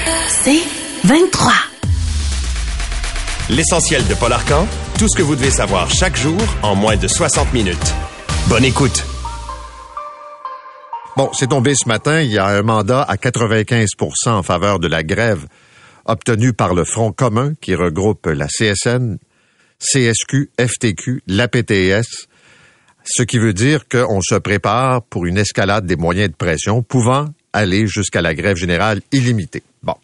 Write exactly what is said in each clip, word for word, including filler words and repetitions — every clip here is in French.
C'est vingt-trois. L'essentiel de Paul Arcand, tout ce que vous devez savoir chaque jour en moins de soixante minutes. Bonne écoute. Bon, c'est tombé ce matin, il y a un mandat à quatre-vingt-quinze pour cent en faveur de la grève obtenu par le Front commun qui regroupe la C S N, C S Q, F T Q, l'A P T S, ce qui veut dire qu'on se prépare pour une escalade des moyens de pression pouvant aller jusqu'à la grève générale illimitée. Bon,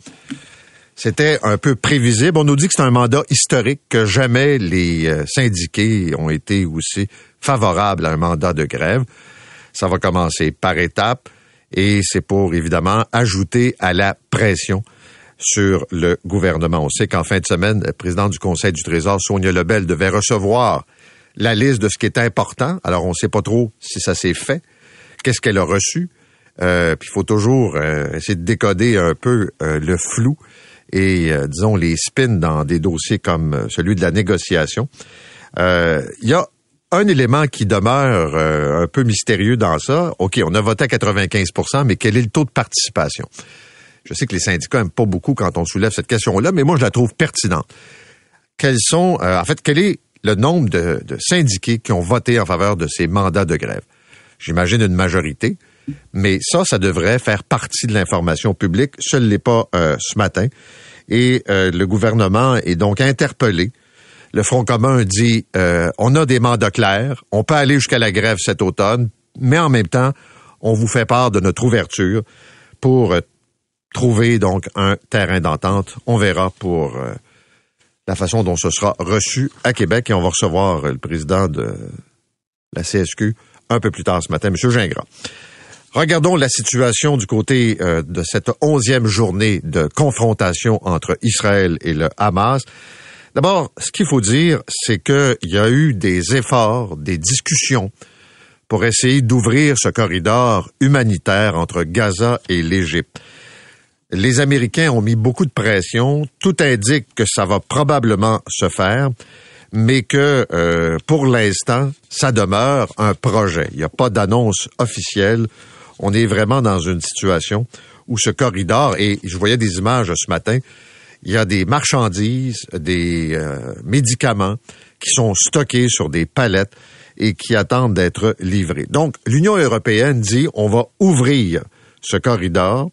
c'était un peu prévisible. On nous dit que c'est un mandat historique, que jamais les syndiqués ont été aussi favorables à un mandat de grève. Ça va commencer par étapes et c'est pour, évidemment, ajouter à la pression sur le gouvernement. On sait qu'en fin de semaine, le président du Conseil du Trésor, Sonia Lebel, devait recevoir la liste de ce qui est important. Alors, on ne sait pas trop si ça s'est fait. Qu'est-ce qu'elle a reçu? Euh, puis il faut toujours euh, essayer de décoder un peu euh, le flou et, euh, disons, les spins dans des dossiers comme celui de la négociation. Euh, il y a un élément qui demeure euh, un peu mystérieux dans ça. OK, on a voté à quatre-vingt-quinze pour cent, mais quel est le taux de participation? Je sais que les syndicats n'aiment pas beaucoup quand on soulève cette question-là, mais moi, je la trouve pertinente. Quels sont, euh, en fait, quel est le nombre de, de syndiqués qui ont voté en faveur de ces mandats de grève? J'imagine une majorité, mais ça, ça devrait faire partie de l'information publique. Ce ne l'est pas euh, ce matin. Et euh, le gouvernement est donc interpellé. Le Front commun dit, euh, on a des mandats clairs, on peut aller jusqu'à la grève cet automne, mais en même temps, on vous fait part de notre ouverture pour euh, trouver donc un terrain d'entente. On verra pour euh, la façon dont ce sera reçu à Québec et on va recevoir euh, le président de la C S Q un peu plus tard ce matin, M. Gingras. Regardons la situation du côté euh, de cette onzième journée de confrontation entre Israël et le Hamas. D'abord, ce qu'il faut dire, c'est qu'il y a eu des efforts, des discussions pour essayer d'ouvrir ce corridor humanitaire entre Gaza et l'Égypte. Les Américains ont mis beaucoup de pression. Tout indique que ça va probablement se faire, mais que euh, pour l'instant, ça demeure un projet. Il n'y a pas d'annonce officielle. On est vraiment dans une situation où ce corridor, et je voyais des images ce matin, il y a des marchandises, des euh, médicaments qui sont stockés sur des palettes et qui attendent d'être livrés. Donc, l'Union européenne dit on va ouvrir ce corridor.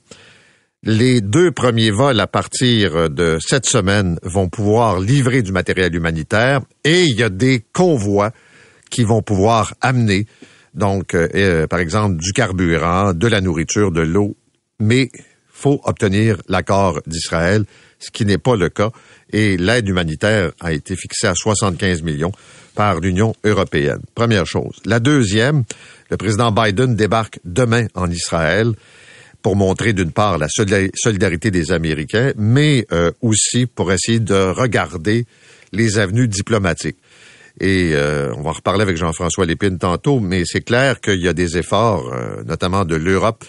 Les deux premiers vols à partir de cette semaine vont pouvoir livrer du matériel humanitaire et il y a des convois qui vont pouvoir amener, donc, euh, par exemple, du carburant, de la nourriture, de l'eau, mais faut obtenir l'accord d'Israël, ce qui n'est pas le cas. Et l'aide humanitaire a été fixée à soixante-quinze millions par l'Union européenne. Première chose. La deuxième, le président Biden débarque demain en Israël pour montrer d'une part la solidarité des Américains, mais euh, aussi pour essayer de regarder les avenues diplomatiques. Et euh, on va en reparler avec Jean-François Lépine tantôt, mais c'est clair qu'il y a des efforts, euh, notamment de l'Europe,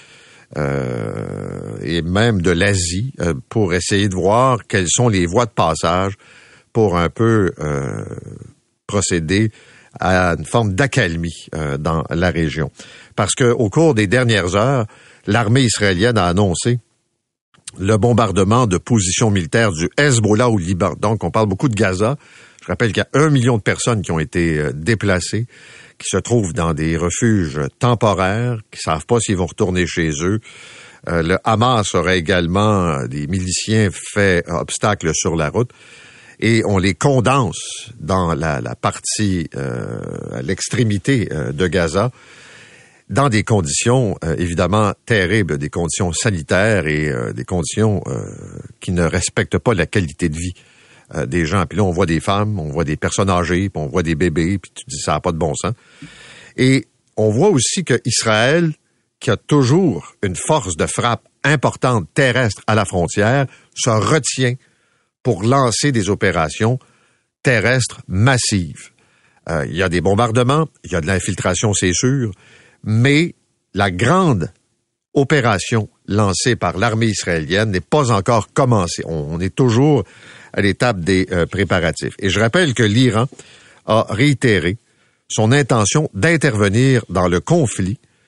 Euh, et même de l'Asie euh, pour essayer de voir quelles sont les voies de passage pour un peu euh, procéder à une forme d'accalmie euh, dans la région. Parce que au cours des dernières heures, l'armée israélienne a annoncé le bombardement de positions militaires du Hezbollah au Liban. Donc, on parle beaucoup de Gaza. Je rappelle qu'il y a un million de personnes qui ont été euh, déplacées, qui se trouvent dans des refuges temporaires, qui savent pas s'ils vont retourner chez eux. Euh, le Hamas aurait également, des miliciens, fait obstacle sur la route. Et on les condense dans la, la partie, euh, à l'extrémité euh, de Gaza, dans des conditions, euh, évidemment, terribles, des conditions sanitaires et euh, des conditions euh, qui ne respectent pas la qualité de vie Euh, des gens. Puis là, on voit des femmes, on voit des personnes âgées, puis on voit des bébés, puis tu dis ça n'a pas de bon sens. Et on voit aussi que Israël, qui a toujours une force de frappe importante terrestre à la frontière, se retient pour lancer des opérations terrestres massives. Euh, il y a des bombardements, il y a de l'infiltration, c'est sûr, mais la grande opération lancée par l'armée israélienne n'est pas encore commencée. On, on est toujours à l'étape des euh, préparatifs. Et je rappelle que l'Iran a réitéré son intention d'intervenir dans le conflit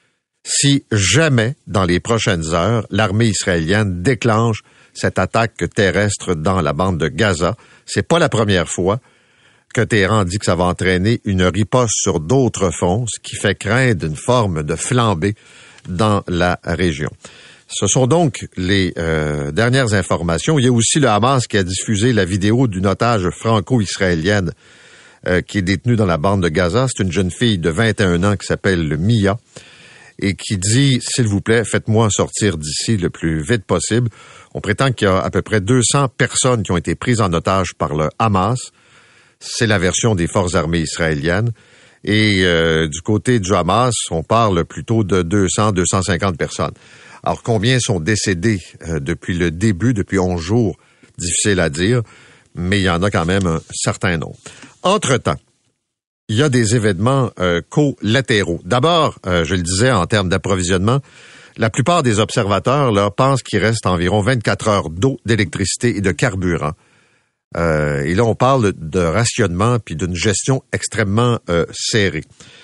si jamais, dans les prochaines heures, l'armée israélienne déclenche cette attaque terrestre dans la bande de Gaza. C'est pas la première fois que Téhéran dit que ça va entraîner une riposte sur d'autres fronts, ce qui fait craindre une forme de flambée dans la région. Ce sont donc les euh, dernières informations. Il y a aussi le Hamas qui a diffusé la vidéo d'une otage franco-israélienne euh, qui est détenue dans la bande de Gaza. C'est une jeune fille de vingt et un ans qui s'appelle Mia et qui dit « S'il vous plaît, faites-moi sortir d'ici le plus vite possible ». On prétend qu'il y a à peu près deux cents personnes qui ont été prises en otage par le Hamas. C'est la version des forces armées israéliennes. Et euh, du côté du Hamas, on parle plutôt de deux cents à deux cent cinquante personnes. Alors, combien sont décédés euh, depuis le début, depuis onze jours? Difficile à dire, mais il y en a quand même un certain nombre. Entre-temps, il y a des événements euh, collatéraux. D'abord, euh, je le disais, en termes d'approvisionnement, la plupart des observateurs là, pensent qu'il reste environ vingt-quatre heures d'eau, d'électricité et de carburant. Euh, et là, on parle de rationnement puis d'une gestion extrêmement euh, serrée.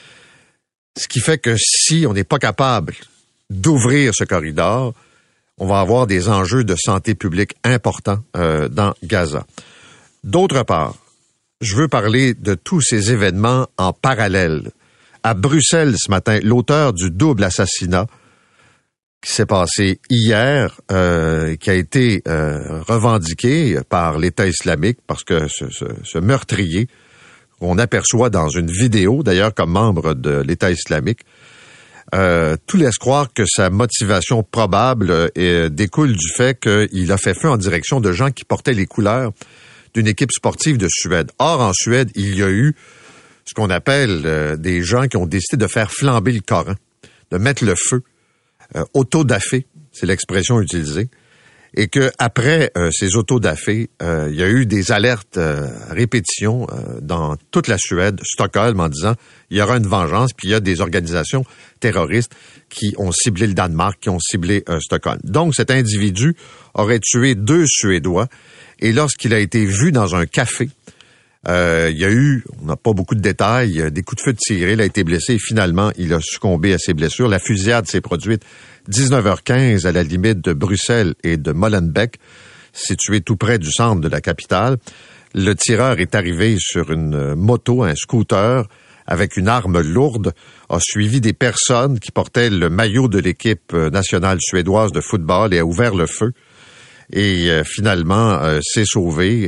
Ce qui fait que si on n'est pas capable d'ouvrir ce corridor, on va avoir des enjeux de santé publique importants euh, dans Gaza. D'autre part, je veux parler de tous ces événements en parallèle. À Bruxelles, ce matin, l'auteur du double assassinat qui s'est passé hier, euh, qui a été euh, revendiqué par l'État islamique, parce que ce, ce, ce meurtrier, qu'on aperçoit dans une vidéo, d'ailleurs comme membre de l'État islamique, euh, tout laisse croire que sa motivation probable euh, découle du fait qu'il a fait feu en direction de gens qui portaient les couleurs d'une équipe sportive de Suède. Or, en Suède, il y a eu ce qu'on appelle euh, des gens qui ont décidé de faire flamber le Coran, de mettre le feu. Euh, autodafé, c'est l'expression utilisée, et que après euh, ces autodafés, euh, il y a eu des alertes euh, à répétition euh, dans toute la Suède, Stockholm, en disant il y aura une vengeance, puis il y a des organisations terroristes qui ont ciblé le Danemark, qui ont ciblé euh, Stockholm. Donc cet individu aurait tué deux Suédois, et lorsqu'il a été vu dans un café, Euh, il y a eu, on n'a pas beaucoup de détails, des coups de feu tirés, il a été blessé et finalement, il a succombé à ses blessures. La fusillade s'est produite dix-neuf heures quinze à la limite de Bruxelles et de Molenbeek, situé tout près du centre de la capitale. Le tireur est arrivé sur une moto, un scooter, avec une arme lourde, a suivi des personnes qui portaient le maillot de l'équipe nationale suédoise de football et a ouvert le feu. Et euh, finalement, euh, s'est sauvé.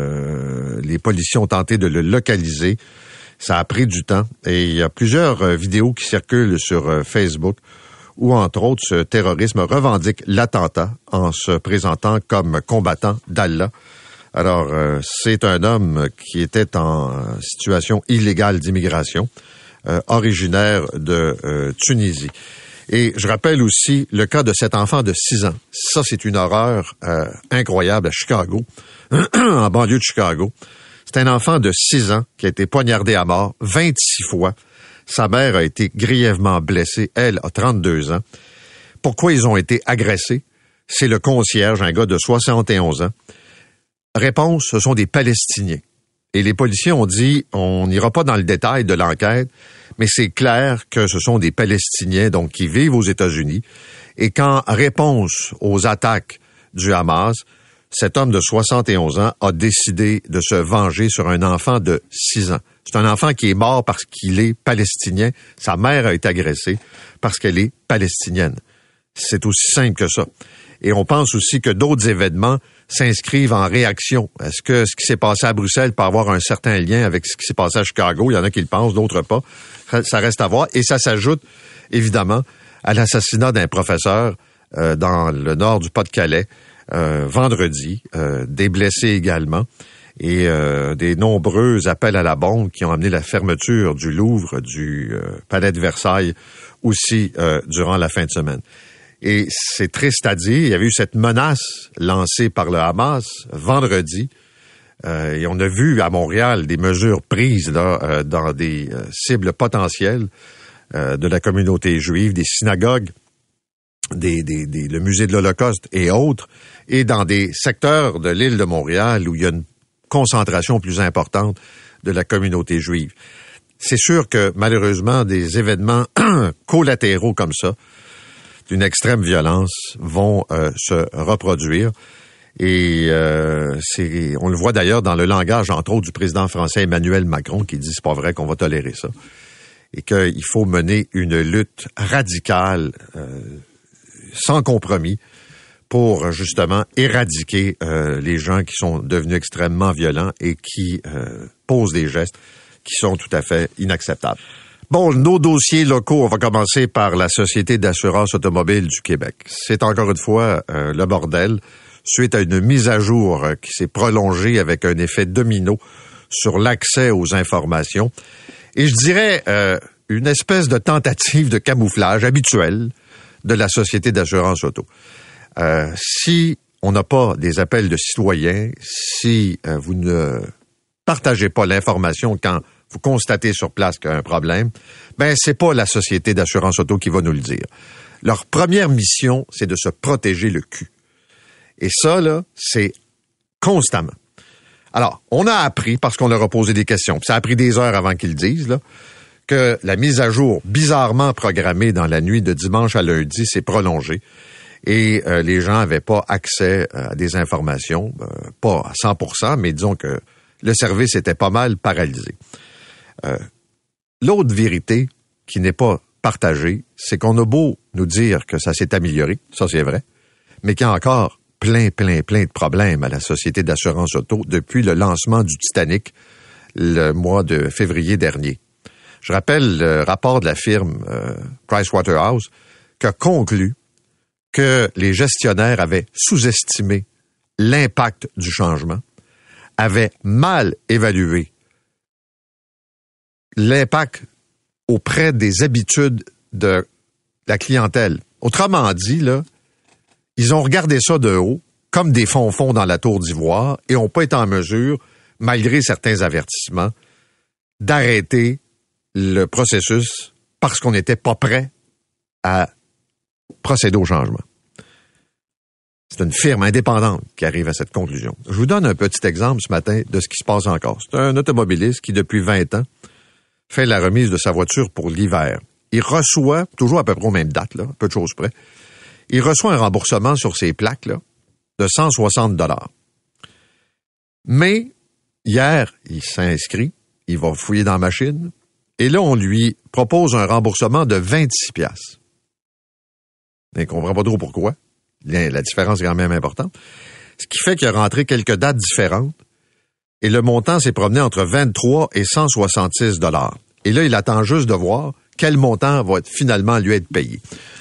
Euh, les policiers ont tenté de le localiser. Ça a pris du temps. Et il y a plusieurs euh, vidéos qui circulent sur euh, Facebook où, entre autres, ce terrorisme revendique l'attentat en se présentant comme combattant d'Allah. Alors, euh, c'est un homme qui était en situation illégale d'immigration, euh, originaire de euh, Tunisie. Et je rappelle aussi le cas de cet enfant de six ans. Ça, c'est une horreur euh, incroyable à Chicago, en banlieue de Chicago. C'est un enfant de six ans qui a été poignardé à mort vingt-six fois. Sa mère a été grièvement blessée. Elle a trente-deux ans. Pourquoi ils ont été agressés? C'est le concierge, un gars de soixante et onze ans. Réponse, ce sont des Palestiniens. Et les policiers ont dit, on n'ira pas dans le détail de l'enquête, mais c'est clair que ce sont des Palestiniens donc qui vivent aux États-Unis et qu'en réponse aux attaques du Hamas, cet homme de soixante et onze ans a décidé de se venger sur un enfant de six ans. C'est un enfant qui est mort parce qu'il est palestinien. Sa mère a été agressée parce qu'elle est palestinienne. C'est aussi simple que ça. Et on pense aussi que d'autres événements s'inscrivent en réaction. Est-ce que ce qui s'est passé à Bruxelles peut avoir un certain lien avec ce qui s'est passé à Chicago? Il y en a qui le pensent, d'autres pas. Ça reste à voir. Et ça s'ajoute, évidemment, à l'assassinat d'un professeur euh, dans le nord du Pas-de-Calais, euh, vendredi, euh, des blessés également, et euh, des nombreux appels à la bombe qui ont amené la fermeture du Louvre, du euh, Palais de Versailles, aussi euh, durant la fin de semaine. Et c'est triste à dire, il y avait eu cette menace lancée par le Hamas vendredi. Euh, et on a vu à Montréal des mesures prises là, euh, dans des euh, cibles potentielles euh, de la communauté juive, des synagogues, des, des, des, le musée de l'Holocauste et autres, et dans des secteurs de l'île de Montréal où il y a une concentration plus importante de la communauté juive. c'est sûr que malheureusement, des événements collatéraux comme ça, d'une extrême violence, vont euh, se reproduire. Et euh, c'est, on le voit d'ailleurs dans le langage, entre autres, du président français Emmanuel Macron, qui dit c'est pas vrai qu'on va tolérer ça. Et qu'il faut mener une lutte radicale, euh, sans compromis, pour justement éradiquer euh, les gens qui sont devenus extrêmement violents et qui euh, posent des gestes qui sont tout à fait inacceptables. Bon, nos dossiers locaux, on va commencer par la Société d'assurance automobile du Québec. C'est encore une fois euh, le bordel, suite à une mise à jour euh, qui s'est prolongée avec un effet domino sur l'accès aux informations. Et je dirais euh, une espèce de tentative de camouflage habituelle de la Société d'assurance auto. Euh, si on n'a pas des appels de citoyens, si euh, vous ne partagez pas l'information quand vous constatez sur place qu'il y a un problème, ben c'est pas la Société d'assurance auto qui va nous le dire. Leur première mission, c'est de se protéger le cul. Et ça, là, c'est constamment. Alors, on a appris, parce qu'on leur a posé des questions, puis ça a pris des heures avant qu'ils le disent, là, que la mise à jour bizarrement programmée dans la nuit de dimanche à lundi s'est prolongée. Et euh, les gens n'avaient pas accès à des informations, euh, pas à cent pour cent, mais disons que le service était pas mal paralysé. Euh, l'autre vérité qui n'est pas partagée, c'est qu'on a beau nous dire que ça s'est amélioré, ça c'est vrai, mais qu'il y a encore plein, plein, plein de problèmes à la Société d'assurance auto depuis le lancement du Titanic le mois de février dernier. Je rappelle le rapport de la firme euh, Pricewaterhouse qui a conclu que les gestionnaires avaient sous-estimé l'impact du changement, avaient mal évalué l'impact auprès des habitudes de la clientèle. Autrement dit, là, ils ont regardé ça de haut, comme des fonds-fonds dans la tour d'ivoire, et n'ont pas été en mesure, malgré certains avertissements, d'arrêter le processus parce qu'on n'était pas prêt à procéder au changement. C'est une firme indépendante qui arrive à cette conclusion. Je vous donne un petit exemple ce matin de ce qui se passe encore. C'est un automobiliste qui, depuis vingt ans, fait la remise de sa voiture pour l'hiver. Il reçoit, toujours à peu près aux mêmes dates, là, peu de choses près, il reçoit un remboursement sur ses plaques là, de cent soixante dollars. Mais hier, il s'inscrit, il va fouiller dans la machine, et là, on lui propose un remboursement de vingt-six piastres. Il ne comprend pas trop pourquoi. La différence est quand même importante. Ce qui fait qu'il a rentré quelques dates différentes et le montant s'est promené entre vingt-trois et cent soixante-six dollars. Et là, il attend juste de voir quel montant va finalement lui être payé.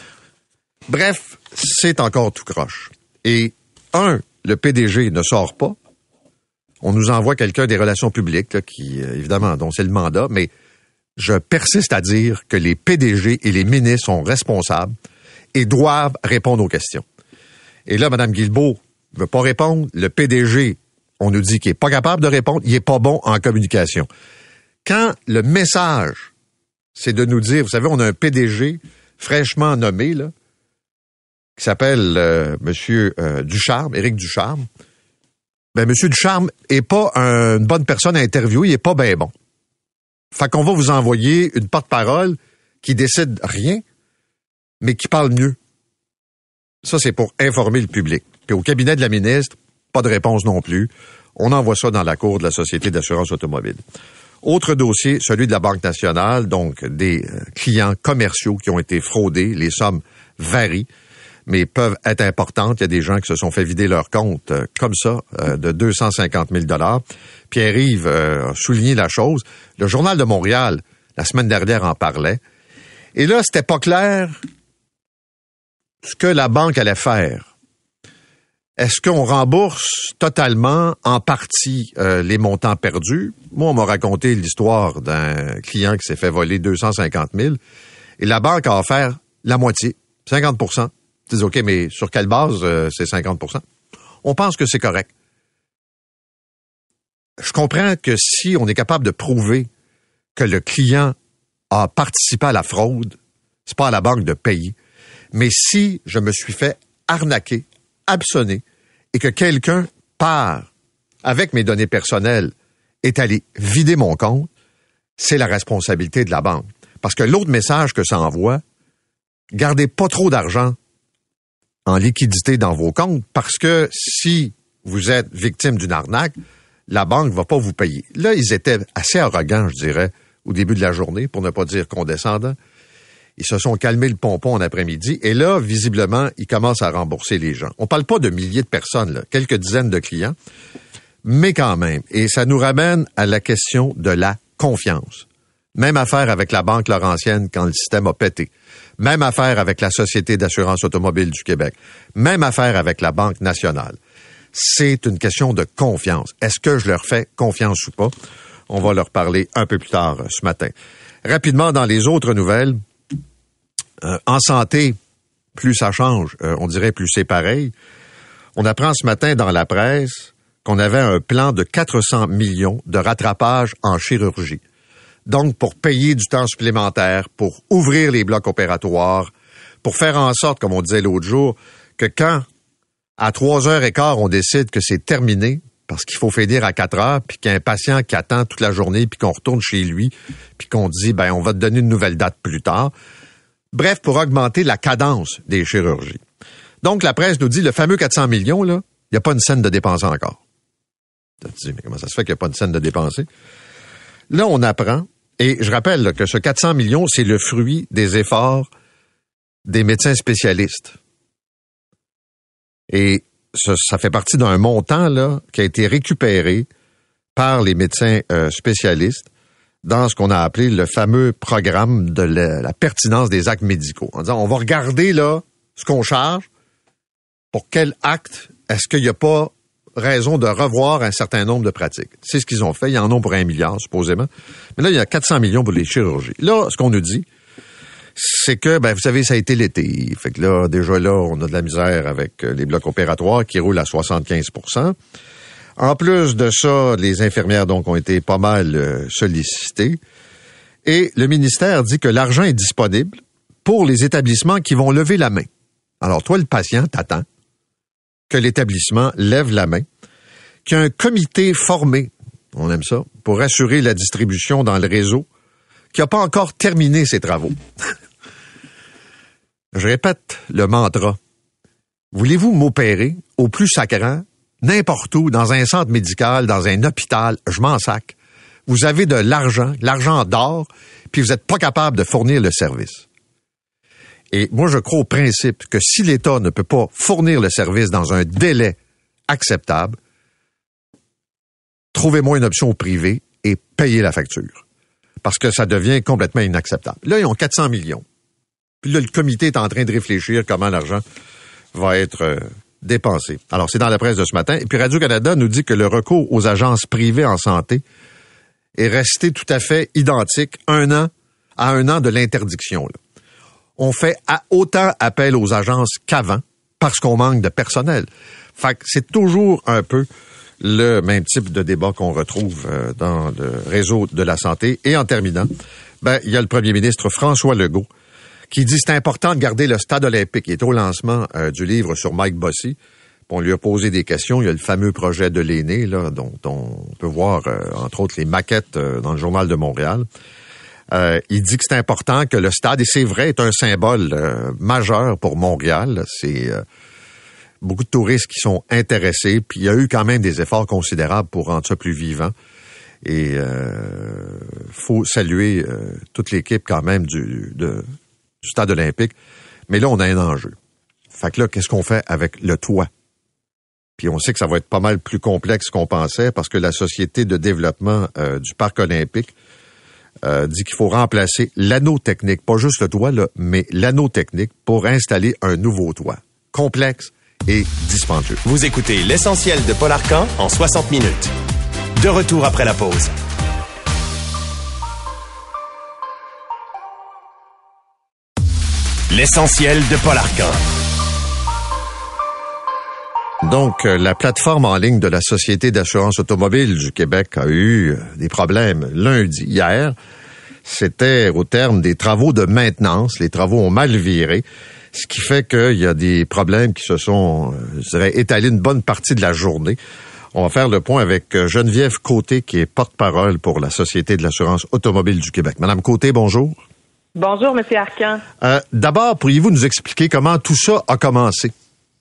Bref, c'est encore tout croche. Et un, le P D G ne sort pas. On nous envoie quelqu'un des relations publiques, là, qui, évidemment, dont c'est le mandat, mais je persiste à dire que les P D G et les ministres sont responsables et doivent répondre aux questions. Et là, Mme Guilbeault ne veut pas répondre. Le P D G, on nous dit qu'il n'est pas capable de répondre. Il n'est pas bon en communication. Quand le message, c'est de nous dire, vous savez, on a un P D G fraîchement nommé, là, qui s'appelle euh, M. Euh, Ducharme, Éric Ducharme. Ben, M. Ducharme n'est pas un, une bonne personne à interviewer, il n'est pas bien bon. Fait qu'on va vous envoyer une porte-parole qui décide rien, mais qui parle mieux. Ça, c'est pour informer le public. Puis au cabinet de la ministre, pas de réponse non plus. On envoie ça dans la cour de la Société d'assurance automobile. Autre dossier, celui de la Banque nationale, donc des clients commerciaux qui ont été fraudés. Les sommes varient, mais peuvent être importantes. Il y a des gens qui se sont fait vider leur compte euh, comme ça, euh, de deux cent cinquante mille dollars. Pierre-Yves euh, a souligné la chose. Le Journal de Montréal, la semaine dernière, en parlait. Et là, c'était pas clair ce que la banque allait faire. Est-ce qu'on rembourse totalement, en partie, euh, les montants perdus? Moi, on m'a raconté l'histoire d'un client qui s'est fait voler deux cent cinquante mille et la banque a offert la moitié, cinquante pour cent. Tu dis, OK, mais sur quelle base euh, c'est cinquante pour cent? On pense que c'est correct. Je comprends que si on est capable de prouver que le client a participé à la fraude, c'est pas à la banque de payer. Mais si je me suis fait arnaquer, hameçonner, et que quelqu'un part avec mes données personnelles, est allé vider mon compte, c'est la responsabilité de la banque. Parce que l'autre message que ça envoie, gardez pas trop d'argent en liquidité dans vos comptes, parce que si vous êtes victime d'une arnaque, la banque ne va pas vous payer. Là, ils étaient assez arrogants, je dirais, au début de la journée, pour ne pas dire condescendants. Ils se sont calmés le pompon en après-midi, et là, visiblement, ils commencent à rembourser les gens. On parle pas de milliers de personnes, là, quelques dizaines de clients, mais quand même. Et ça nous ramène à la question de la confiance. Même affaire avec la Banque Laurentienne quand le système a pété. Même affaire avec la Société d'assurance automobile du Québec. Même affaire avec la Banque nationale. C'est une question de confiance. Est-ce que je leur fais confiance ou pas? On va leur parler un peu plus tard euh, ce matin. Rapidement, dans les autres nouvelles, euh, en santé, plus ça change, euh, on dirait plus c'est pareil. On apprend ce matin dans la presse qu'on avait un plan de quatre cents millions de rattrapage en chirurgie. Donc, pour payer du temps supplémentaire, pour ouvrir les blocs opératoires, pour faire en sorte, comme on disait l'autre jour, que quand, à trois heures et quart, on décide que c'est terminé, parce qu'il faut finir à quatre heures, puis qu'il y a un patient qui attend toute la journée, puis qu'on retourne chez lui, puis qu'on dit, ben, on va te donner une nouvelle date plus tard. Bref, pour augmenter la cadence des chirurgies. Donc, la presse nous dit, le fameux quatre cents millions, là, il n'y a pas une scène de dépensée encore. Tu te dis, mais comment ça se fait qu'il n'y a pas une scène de dépensée? Là, on apprend, et je rappelle là, que ce quatre cents millions, c'est le fruit des efforts des médecins spécialistes. Et ça, ça fait partie d'un montant là qui a été récupéré par les médecins euh, spécialistes dans ce qu'on a appelé le fameux programme de la, la pertinence des actes médicaux. En disant, on va regarder là ce qu'on charge, pour quel acte est-ce qu'il n'y a pas raison de revoir un certain nombre de pratiques. C'est ce qu'ils ont fait. Ils en ont pour un milliard, supposément. Mais là, il y a quatre cents millions pour les chirurgies. Là, ce qu'on nous dit, c'est que, ben, vous savez, ça a été l'été. Fait que là, déjà là, on a de la misère avec les blocs opératoires qui roulent à soixante-quinze pour cent. En plus de ça, les infirmières, donc, ont été pas mal euh, sollicitées. Et le ministère dit que l'argent est disponible pour les établissements qui vont lever la main. Alors, toi, le patient, t'attends que l'établissement lève la main, qu'il y a un comité formé, on aime ça, pour assurer la distribution dans le réseau, qui n'a pas encore terminé ses travaux. Je répète le mantra. Voulez-vous m'opérer au plus sacrant, n'importe où, dans un centre médical, dans un hôpital, je m'en sac. Vous avez de l'argent, l'argent d'or, puis vous n'êtes pas capable de fournir le service. Et moi, je crois au principe que si l'État ne peut pas fournir le service dans un délai acceptable, trouvez-moi une option privée et payez la facture. Parce que ça devient complètement inacceptable. Là, ils ont quatre cents millions. Puis là, le comité est en train de réfléchir comment l'argent va être euh, dépensé. Alors, c'est dans la presse de ce matin. Et puis Radio-Canada nous dit que le recours aux agences privées en santé est resté tout à fait identique un an à un an de l'interdiction, là. On fait à autant appel aux agences qu'avant parce qu'on manque de personnel. Fait que c'est toujours un peu le même type de débat qu'on retrouve dans le réseau de la santé. Et en terminant, ben, il y a le premier ministre François Legault qui dit que c'est important de garder le stade olympique. Il est au lancement euh, du livre sur Mike Bossy. On lui a posé des questions. Il y a le fameux projet de l'aîné, là, dont on peut voir, euh, entre autres, les maquettes euh, dans le Journal de Montréal. Euh, il dit que c'est important que le stade, et c'est vrai, est un symbole euh, majeur pour Montréal. C'est euh, beaucoup de touristes qui sont intéressés, puis il y a eu quand même des efforts considérables pour rendre ça plus vivant. Et euh, faut saluer euh, toute l'équipe quand même du, de, du stade olympique. Mais là, on a un enjeu. Fait que là, qu'est-ce qu'on fait avec le toit? Puis on sait que ça va être pas mal plus complexe qu'on pensait parce que la Société de développement euh, du Parc olympique Euh, dit qu'il faut remplacer l'anneau technique, pas juste le toit, là, mais l'anneau technique pour installer un nouveau toit. Complexe et dispendieux. Vous écoutez l'essentiel de Paul Arcand en soixante minutes. De retour après la pause. L'essentiel de Paul Arcand. Donc, euh, la plateforme en ligne de la Société d'assurance automobile du Québec a eu euh, des problèmes lundi. Hier, c'était au terme des travaux de maintenance. Les travaux ont mal viré, ce qui fait qu'il y a des problèmes qui se sont, euh, je dirais, étalés une bonne partie de la journée. On va faire le point avec Geneviève Côté, qui est porte-parole pour la Société de l'assurance automobile du Québec. Madame Côté, bonjour. Bonjour, Monsieur Arcan. Euh, d'abord, pourriez-vous nous expliquer comment tout ça a commencé?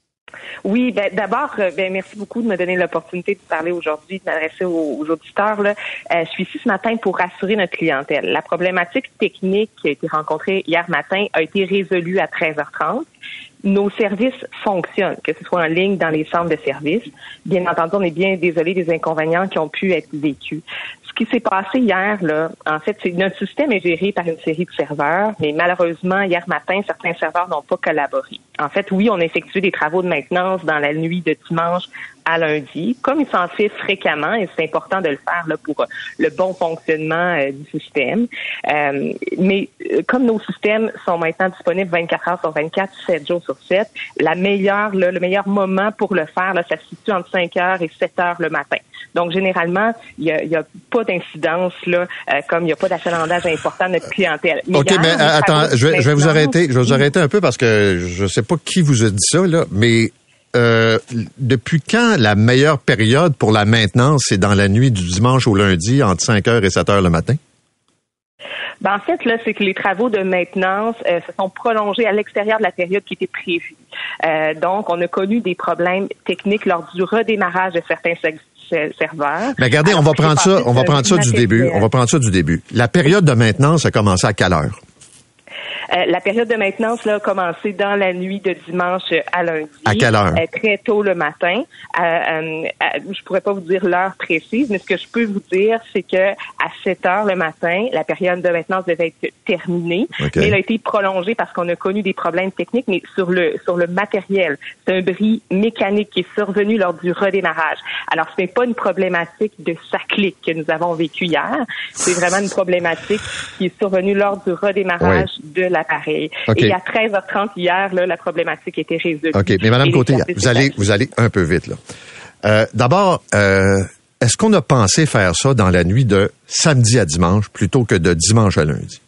Oui, ben, d'abord, ben, merci beaucoup de me donner l'opportunité de parler aujourd'hui, de m'adresser aux, aux auditeurs. Là. Euh, je suis ici ce matin pour rassurer notre clientèle. La problématique technique qui a été rencontrée hier matin a été résolue à treize heures trente. Nos services fonctionnent, que ce soit en ligne, dans les centres de services. Bien entendu, on est bien désolé des inconvénients qui ont pu être vécus. Ce qui s'est passé hier, là, en fait, c'est notre système est géré par une série de serveurs, mais malheureusement, hier matin, certains serveurs n'ont pas collaboré. En fait, oui, on a effectué des travaux de maintenance dans la nuit de dimanche à lundi, comme il s'en fait fréquemment, et c'est important de le faire là, pour le bon fonctionnement euh, du système. Euh, mais euh, comme nos systèmes sont maintenant disponibles vingt-quatre heures sur vingt-quatre, sept jours sur sept, la meilleure, là, le meilleur moment pour le faire, là, ça se situe entre cinq heures et sept heures le matin. Donc, généralement, il y a, il y a pas d'incidence, là, euh, comme il n'y a pas d'achalandage important de notre clientèle. Mais OK, hier, mais euh, attends, je vais, je vais vous arrêter, je vais vous arrêter un peu parce que je sais pas qui vous a dit ça, là, mais Euh, depuis quand la meilleure période pour la maintenance, c'est dans la nuit du dimanche au lundi, entre cinq heures et sept heures le matin? Ben, en fait, là, c'est que les travaux de maintenance euh, se sont prolongés à l'extérieur de la période qui était prévue. Euh, donc, on a connu des problèmes techniques lors du redémarrage de certains se- serveurs. Mais regardez, Alors, on va prendre ça, on va prendre ça du début. On va prendre ça du début. La période de maintenance a commencé à quelle heure? Euh, la période de maintenance là, a commencé dans la nuit de dimanche à lundi. À quelle heure? Euh, très tôt le matin. Euh, euh, euh, je pourrais pas vous dire l'heure précise, mais ce que je peux vous dire, c'est que à sept heures le matin, la période de maintenance devait être terminée. Okay. Mais elle a été prolongée parce qu'on a connu des problèmes techniques, mais sur le sur le matériel. C'est un bris mécanique qui est survenu lors du redémarrage. Alors, ce n'est pas une problématique de saclic que nous avons vécu hier. C'est vraiment une problématique qui est survenue lors du redémarrage oui. de la L'appareil. Okay. Et à treize heures trente hier, là, la problématique était résolue. OK, mais Mme Côté, vous allez, vous allez un peu vite, là. Euh, d'abord, euh, est-ce qu'on a pensé faire ça dans la nuit de samedi à dimanche plutôt que de dimanche à lundi?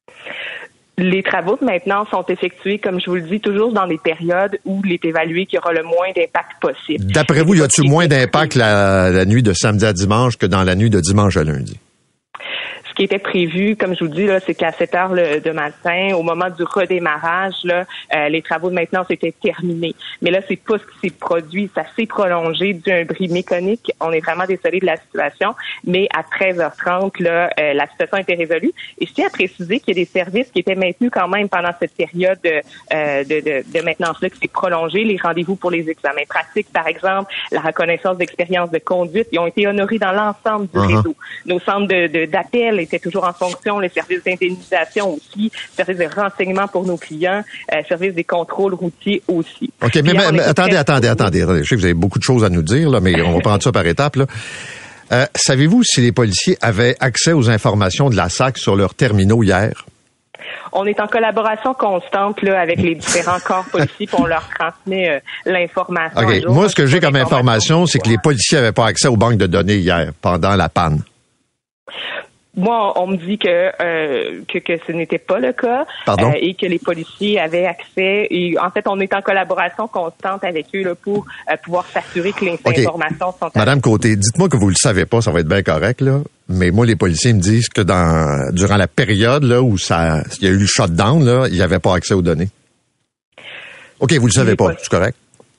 Les travaux de maintenance sont effectués, comme je vous le dis, toujours dans des périodes où il est évalué qu'il y aura le moins d'impact possible. D'après vous, y a-t-il moins d'impact la, la nuit de samedi à dimanche que dans la nuit de dimanche à lundi? Ce qui était prévu, comme je vous dis, là, c'est qu'à sept heures le, de matin, au moment du redémarrage, là, euh, les travaux de maintenance étaient terminés. Mais là, c'est pas ce qui s'est produit. Ça s'est prolongé dû à un bris mécanique. On est vraiment désolé de la situation. Mais à treize heures trente, là, euh, la situation était résolue. Et je tiens à préciser qu'il y a des services qui étaient maintenus quand même pendant cette période de, euh, de, de, de maintenance-là qui s'est prolongée. Les rendez-vous pour les examens pratiques, par exemple, la reconnaissance d'expérience de conduite, ils ont été honorés dans l'ensemble du uh-huh. réseau. Nos centres de, de, d'appel étaient toujours en fonction, les services d'indemnisation aussi, services de renseignement pour nos clients, euh, services des contrôles routiers aussi. OK, mais, mais, mais attendez, attendez, attendez, attendez. Je sais que vous avez beaucoup de choses à nous dire, là, mais on va prendre ça par étapes, là. Euh, savez-vous si les policiers avaient accès aux informations de la S A C sur leurs terminaux hier? On est en collaboration constante là avec les différents corps policiers puis on leur transmet euh, l'information. OK. Moi, ce que j'ai comme information, c'est que les policiers n'avaient pas accès aux banques de données hier, pendant la panne. Moi, on me dit que euh, que, que ce n'était pas le cas euh, et que les policiers avaient accès. Et en fait, on est en collaboration constante avec eux là, pour euh, pouvoir s'assurer que les okay. informations sont... Madame Côté, dites-moi que vous le savez pas, ça va être bien correct, là. Mais moi, les policiers me disent que dans durant la période là où ça, il y a eu le shutdown, là, il n'y avait pas accès aux données. OK, vous le savez pas, c'est correct?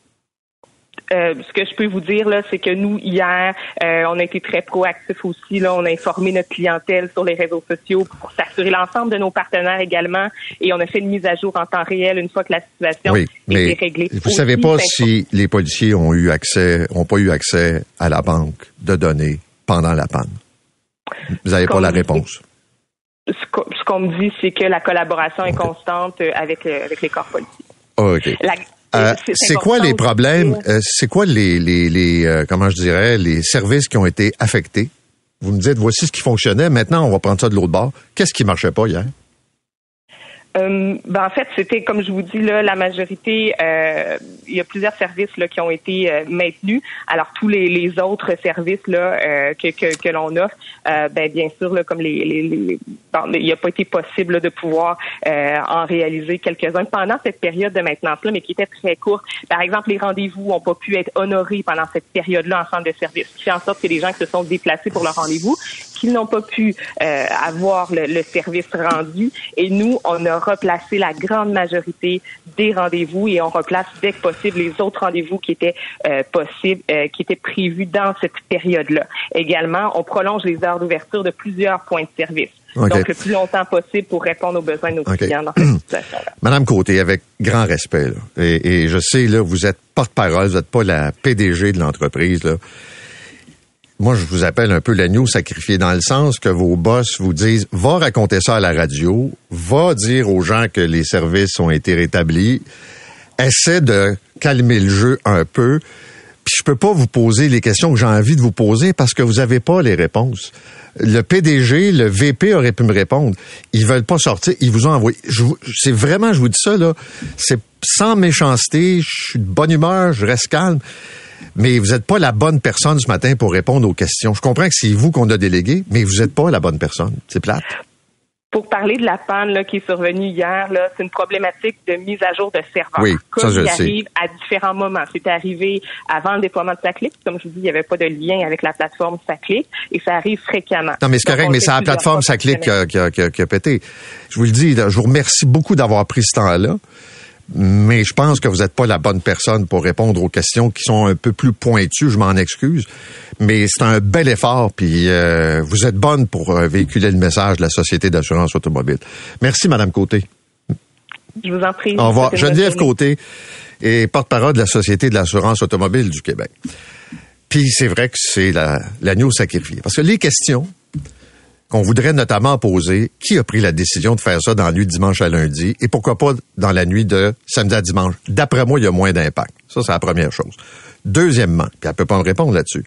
Euh, ce que je peux vous dire là, c'est que nous hier, euh, on a été très proactifs aussi. Là, on a informé notre clientèle sur les réseaux sociaux pour s'assurer l'ensemble de nos partenaires également, et on a fait une mise à jour en temps réel une fois que la situation oui, était réglée. Vous aussi, savez pas si les policiers ont eu accès, ont pas eu accès à la banque de données pendant la panne. Vous n'avez pas la réponse. Ce qu'on, ce qu'on me dit, c'est que la collaboration est constante avec euh, avec les corps policiers. OK. La, Euh, c'est, c'est quoi les problèmes, euh, c'est quoi les, les, les euh, comment je dirais, les services qui ont été affectés? Vous me dites, voici ce qui fonctionnait, maintenant on va prendre ça de l'autre bord. Qu'est-ce qui marchait pas hier? Euh, ben en fait, c'était comme je vous dis là, la majorité. Euh, il y a plusieurs services là qui ont été euh, maintenus. Alors tous les, les autres services là euh, que, que que l'on offre, euh, ben bien sûr là, comme les, les, les bon, il n'a pas été possible là, de pouvoir euh, en réaliser quelques-uns pendant cette période de maintenance-là, mais qui était très courte. Par exemple, les rendez-vous n'ont pas pu être honorés pendant cette période-là en centre de service, ce qui fait en sorte que les gens qui se sont déplacés pour leur rendez-vous, qu'ils n'ont pas pu euh, avoir le, le service rendu. Et nous, on a replacé la grande majorité des rendez-vous et on replace dès que possible les autres rendez-vous qui étaient euh, possibles, euh, qui étaient prévus dans cette période-là. Également, on prolonge les heures d'ouverture de plusieurs points de service. Okay. Donc, le plus longtemps possible pour répondre aux besoins de nos okay. clients dans cette situation-là. Madame Côté, avec grand respect, là, et, et je sais, là, vous êtes porte-parole, vous n'êtes pas la P D G de l'entreprise, là. Moi, je vous appelle un peu l'agneau sacrifié dans le sens que vos boss vous disent « Va raconter ça à la radio, va dire aux gens que les services ont été rétablis, essaie de calmer le jeu un peu, puis je peux pas vous poser les questions que j'ai envie de vous poser parce que vous avez pas les réponses. » Le P D G, le V P aurait pu me répondre. Ils veulent pas sortir, ils vous ont envoyé. Je, c'est vraiment, je vous dis ça, là, c'est sans méchanceté, je suis de bonne humeur, je reste calme. Mais vous n'êtes pas la bonne personne ce matin pour répondre aux questions. Je comprends que c'est vous qu'on a délégué, mais vous n'êtes pas la bonne personne. C'est plate. Pour parler de la panne là, qui est survenue hier, là, c'est une problématique de mise à jour de serveurs. Oui, comme ça je il le sais. arrive à différents moments. C'est arrivé avant le déploiement de SACLIC. Comme je vous dis, il n'y avait pas de lien avec la plateforme SACLIC et ça arrive fréquemment. Non, mais c'est correct, mais c'est la plateforme SACLIC qui a, qui, a, qui, a, qui a pété. Je vous le dis, là, je vous remercie beaucoup d'avoir pris ce temps-là. Mais je pense que vous n'êtes pas la bonne personne pour répondre aux questions qui sont un peu plus pointues. Je m'en excuse. Mais c'est un bel effort. Puis euh, vous êtes bonne pour euh, véhiculer le message de la Société d'assurance automobile. Merci, Madame Côté. Je vous en prie. Au revoir. Geneviève Côté est porte-parole de la Société de l'assurance automobile du Québec. Puis c'est vrai que c'est la, l'agneau sacrifié. Parce que les questions qu'on voudrait notamment poser, qui a pris la décision de faire ça dans la nuit de dimanche à lundi et pourquoi pas dans la nuit de samedi à dimanche? D'après moi, il y a moins d'impact. Ça, c'est la première chose. Deuxièmement, puis elle peut pas me répondre là-dessus,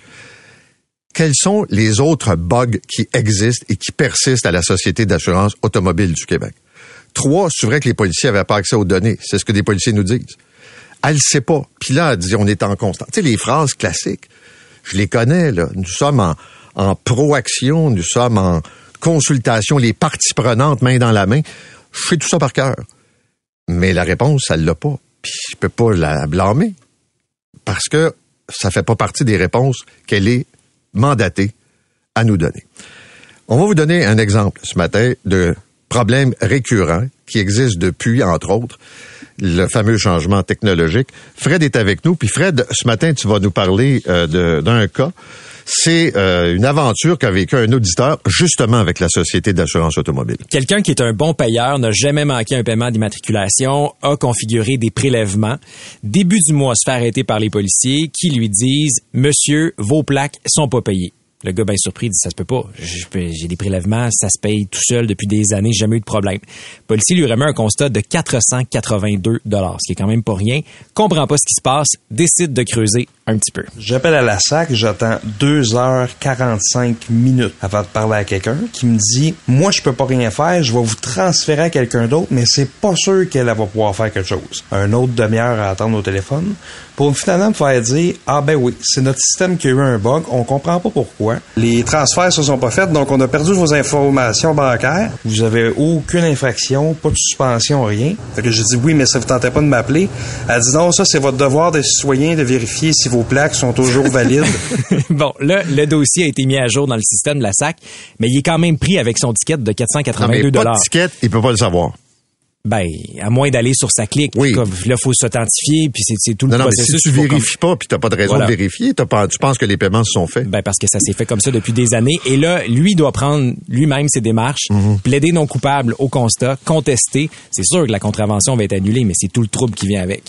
quels sont les autres bugs qui existent et qui persistent à la Société d'assurance automobile du Québec? Trois, c'est vrai que les policiers n'avaient pas accès aux données. C'est ce que des policiers nous disent. Elle ne sait pas. Puis là, elle dit, on est en constant. Tu sais, les phrases classiques, je les connais, là. Nous sommes en en proaction, nous sommes en consultation, les parties prenantes, main dans la main. Je fais tout ça par cœur. Mais la réponse, elle l'a pas. Puis je peux pas la blâmer parce que ça fait pas partie des réponses qu'elle est mandatée à nous donner. On va vous donner un exemple ce matin de problèmes récurrents qui existent depuis, entre autres, le fameux changement technologique. Fred est avec nous. Puis Fred, ce matin, tu vas nous parler euh, de, d'un cas. C'est euh, une aventure qu'a vécu un auditeur justement avec la Société d'assurance automobile. Quelqu'un qui est un bon payeur, n'a jamais manqué un paiement d'immatriculation, a configuré des prélèvements. Début du mois, se fait arrêter par les policiers qui lui disent « Monsieur, vos plaques sont pas payées ». Le gars, bien surpris, dit « Ça se peut pas. J'ai des prélèvements, ça se paye tout seul depuis des années, jamais eu de problème. » Le policier lui remet un constat de quatre cent quatre-vingt-deux dollars, ce qui est quand même pas rien. Comprend pas ce qui se passe, décide de creuser un petit peu. J'appelle à la S A C, j'attends deux heures quarante-cinq minutes avant de parler à quelqu'un qui me dit « Moi, je peux pas rien faire, je vais vous transférer à quelqu'un d'autre, mais c'est pas sûr qu'elle va pouvoir faire quelque chose. » Un autre demi-heure à attendre au téléphone pour finalement me faire dire « Ah ben oui, c'est notre système qui a eu un bug, on comprend pas pourquoi. Les transferts se sont pas faits, donc on a perdu vos informations bancaires. Vous avez aucune infraction, pas de suspension, rien. » Fait que j'ai dit « Oui, mais ça vous tentait pas de m'appeler. » Elle dit « Non, ça c'est votre devoir de citoyen de vérifier si vos plaques sont toujours valides. » Bon, là, le dossier a été mis à jour dans le système de la S A C, mais il est quand même pris avec son ticket de quatre cent quatre-vingt-deux dollars. Non, mais pas de ticket, il peut pas le savoir. Ben, à moins d'aller sur SACLIC. Oui. Là, il faut s'authentifier, puis c'est, c'est tout le non, processus. Non, mais si tu vérifies comme... pas, puis t'as pas de raison voilà. de vérifier, t'as pas, tu penses que les paiements se sont faits? Ben, parce que ça s'est fait comme ça depuis des années. Et là, lui doit prendre lui-même ses démarches, mm-hmm. plaider non coupable au constat, contester. C'est sûr que la contravention va être annulée, mais c'est tout le trouble qui vient avec.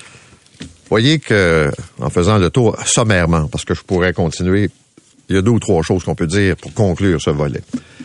Voyez que, en faisant le tour sommairement, parce que je pourrais continuer, il y a deux ou trois choses qu'on peut dire pour conclure ce volet.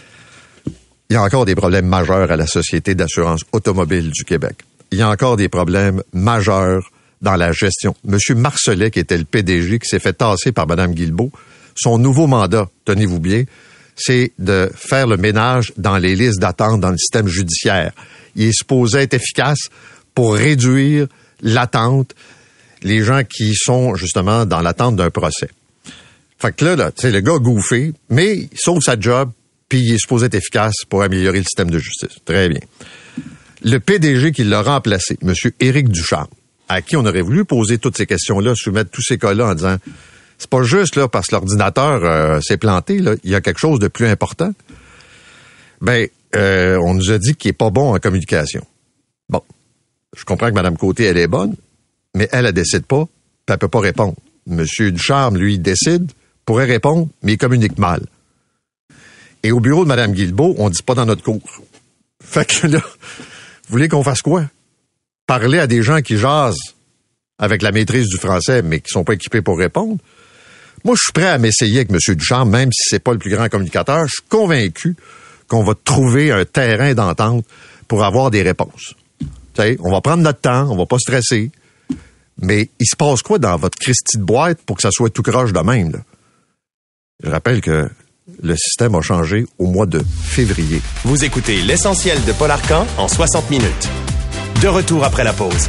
Il y a encore des problèmes majeurs à la Société d'assurance automobile du Québec. Il y a encore des problèmes majeurs dans la gestion. Monsieur Marcelet, qui était le P D G, qui s'est fait tasser par Mme Guilbeault, son nouveau mandat, tenez-vous bien, c'est de faire le ménage dans les listes d'attente dans le système judiciaire. Il est supposé être efficace pour réduire l'attente, les gens qui sont justement dans l'attente d'un procès. Fait que là, là tu sais, le gars a gouffé, mais il sauve sa job, puis il est supposé être efficace pour améliorer le système de justice. Très bien. Le P D G qui l'a remplacé, M. Éric Ducharme, à qui on aurait voulu poser toutes ces questions-là, soumettre tous ces cas-là en disant, c'est pas juste là parce que l'ordinateur euh, s'est planté, là, il y a quelque chose de plus important. Ben, euh, on nous a dit qu'il est pas bon en communication. Bon, je comprends que Mme Côté, elle est bonne, mais elle, elle décide pas, puis elle peut pas répondre. M. Ducharme, lui, il décide, pourrait répondre, mais il communique mal. Et au bureau de Mme Guilbeault, on dit pas dans notre cours. Fait que là, vous voulez qu'on fasse quoi? Parler à des gens qui jasent avec la maîtrise du français, mais qui sont pas équipés pour répondre? Moi, je suis prêt à m'essayer avec M. Ducharme, même si c'est pas le plus grand communicateur. Je suis convaincu qu'on va trouver un terrain d'entente pour avoir des réponses. T'sais, on va prendre notre temps, on va pas stresser. Mais il se passe quoi dans votre Christie de boîte pour que ça soit tout croche de même, là? Je rappelle que le système a changé au mois de février. Vous écoutez l'essentiel de Paul Arcand en soixante minutes. De retour après la pause.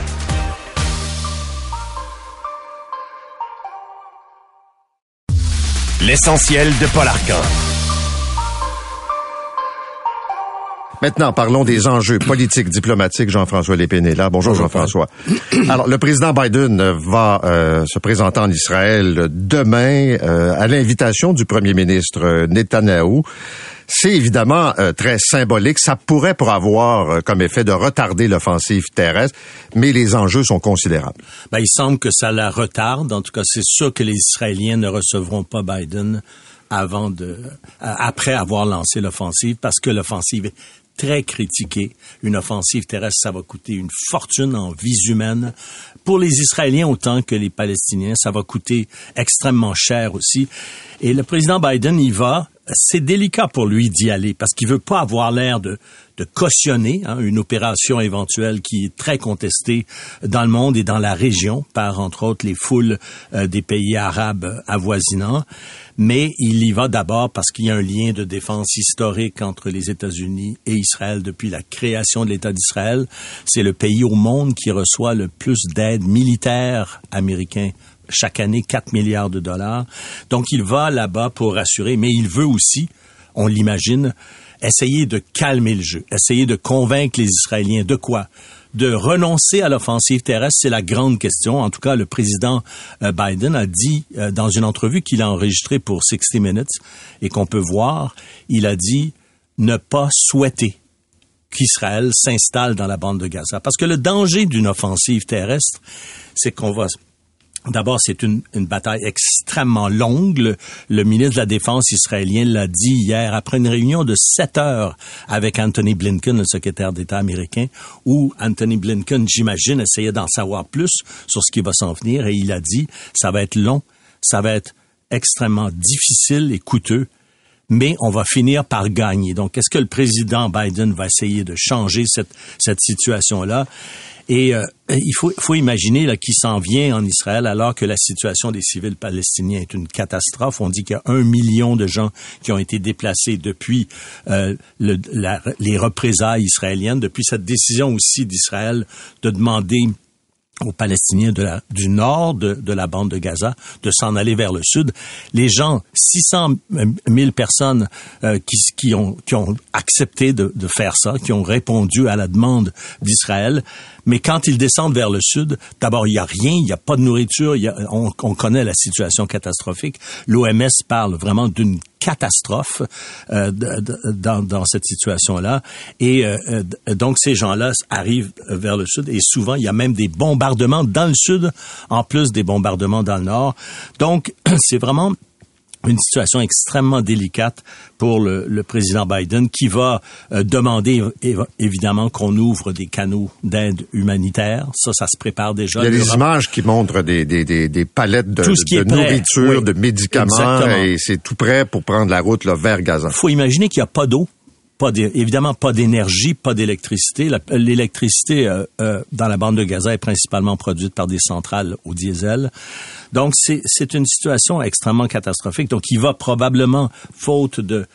L'essentiel de Paul Arcand. Maintenant, parlons des enjeux politiques, diplomatiques. Jean-François Lépine est là. Bonjour, Bonjour Jean-François. Alors, le président Biden va euh, se présenter en Israël demain euh, à l'invitation du premier ministre Netanyahou. C'est évidemment euh, très symbolique. Ça pourrait pour avoir euh, comme effet de retarder l'offensive terrestre, mais les enjeux sont considérables. Ben, il semble que ça la retarde. En tout cas, c'est sûr que les Israéliens ne recevront pas Biden avant de, après avoir lancé l'offensive, parce que l'offensive est très critiquée. Une offensive terrestre, ça va coûter une fortune en vies humaines. Pour les Israéliens autant que les Palestiniens, ça va coûter extrêmement cher aussi. Et le président Biden y va. C'est délicat pour lui d'y aller parce qu'il veut pas avoir l'air de, de cautionner hein, une opération éventuelle qui est très contestée dans le monde et dans la région par, entre autres, les foules euh, des pays arabes avoisinants. Mais il y va d'abord parce qu'il y a un lien de défense historique entre les États-Unis et Israël depuis la création de l'État d'Israël. C'est le pays au monde qui reçoit le plus d'aide militaire américaine chaque année, quatre milliards de dollars. Donc, il va là-bas pour rassurer, mais il veut aussi, on l'imagine, essayer de calmer le jeu, essayer de convaincre les Israéliens de quoi? De renoncer à l'offensive terrestre, c'est la grande question. En tout cas, le président Biden a dit euh, dans une entrevue qu'il a enregistrée pour sixty minutes et qu'on peut voir, il a dit ne pas souhaiter qu'Israël s'installe dans la bande de Gaza. Parce que le danger d'une offensive terrestre, c'est qu'on va... D'abord, c'est une, une bataille extrêmement longue. Le, le ministre de la Défense israélien l'a dit hier après une réunion de sept heures avec Anthony Blinken, le secrétaire d'État américain, où Anthony Blinken, j'imagine, essayait d'en savoir plus sur ce qui va s'en venir. Et il a dit, ça va être long, ça va être extrêmement difficile et coûteux, mais on va finir par gagner. Donc, est-ce que le président Biden va essayer de changer cette, cette situation-là? Et euh, il faut, faut imaginer là, qu'il s'en vient en Israël alors que la situation des civils palestiniens est une catastrophe. On dit qu'il y a un million de gens qui ont été déplacés depuis euh, le, la, les représailles israéliennes, depuis cette décision aussi d'Israël de demander aux Palestiniens de la, du nord de, de la bande de Gaza de s'en aller vers le sud. Les gens, six cent mille personnes euh, qui, qui, ont, qui ont accepté de, de faire ça, qui ont répondu à la demande d'Israël. Mais quand ils descendent vers le sud, d'abord, il n'y a rien, il n'y a pas de nourriture, il y a, on, on connaît la situation catastrophique. L'O M S parle vraiment d'une catastrophe euh, de, de, dans, dans cette situation-là. Et euh, donc, ces gens-là arrivent vers le sud et souvent, il y a même des bombardements dans le sud, en plus des bombardements dans le nord. Donc, c'est vraiment une situation extrêmement délicate pour le, le président Biden qui va euh, demander év- évidemment qu'on ouvre des canaux d'aide humanitaire. Ça, ça se prépare déjà. Il y a des images qui montrent des, des, des, des palettes de, de nourriture, oui, de médicaments, exactement. Et c'est tout prêt pour prendre la route là, vers Gaza. Il faut imaginer qu'il n'y a pas d'eau. Pas évidemment, pas d'énergie, pas d'électricité. La, l'électricité euh, euh, dans la bande de Gaza est principalement produite par des centrales au diesel. Donc, c'est, c'est une situation extrêmement catastrophique. Donc, il va probablement, faute de,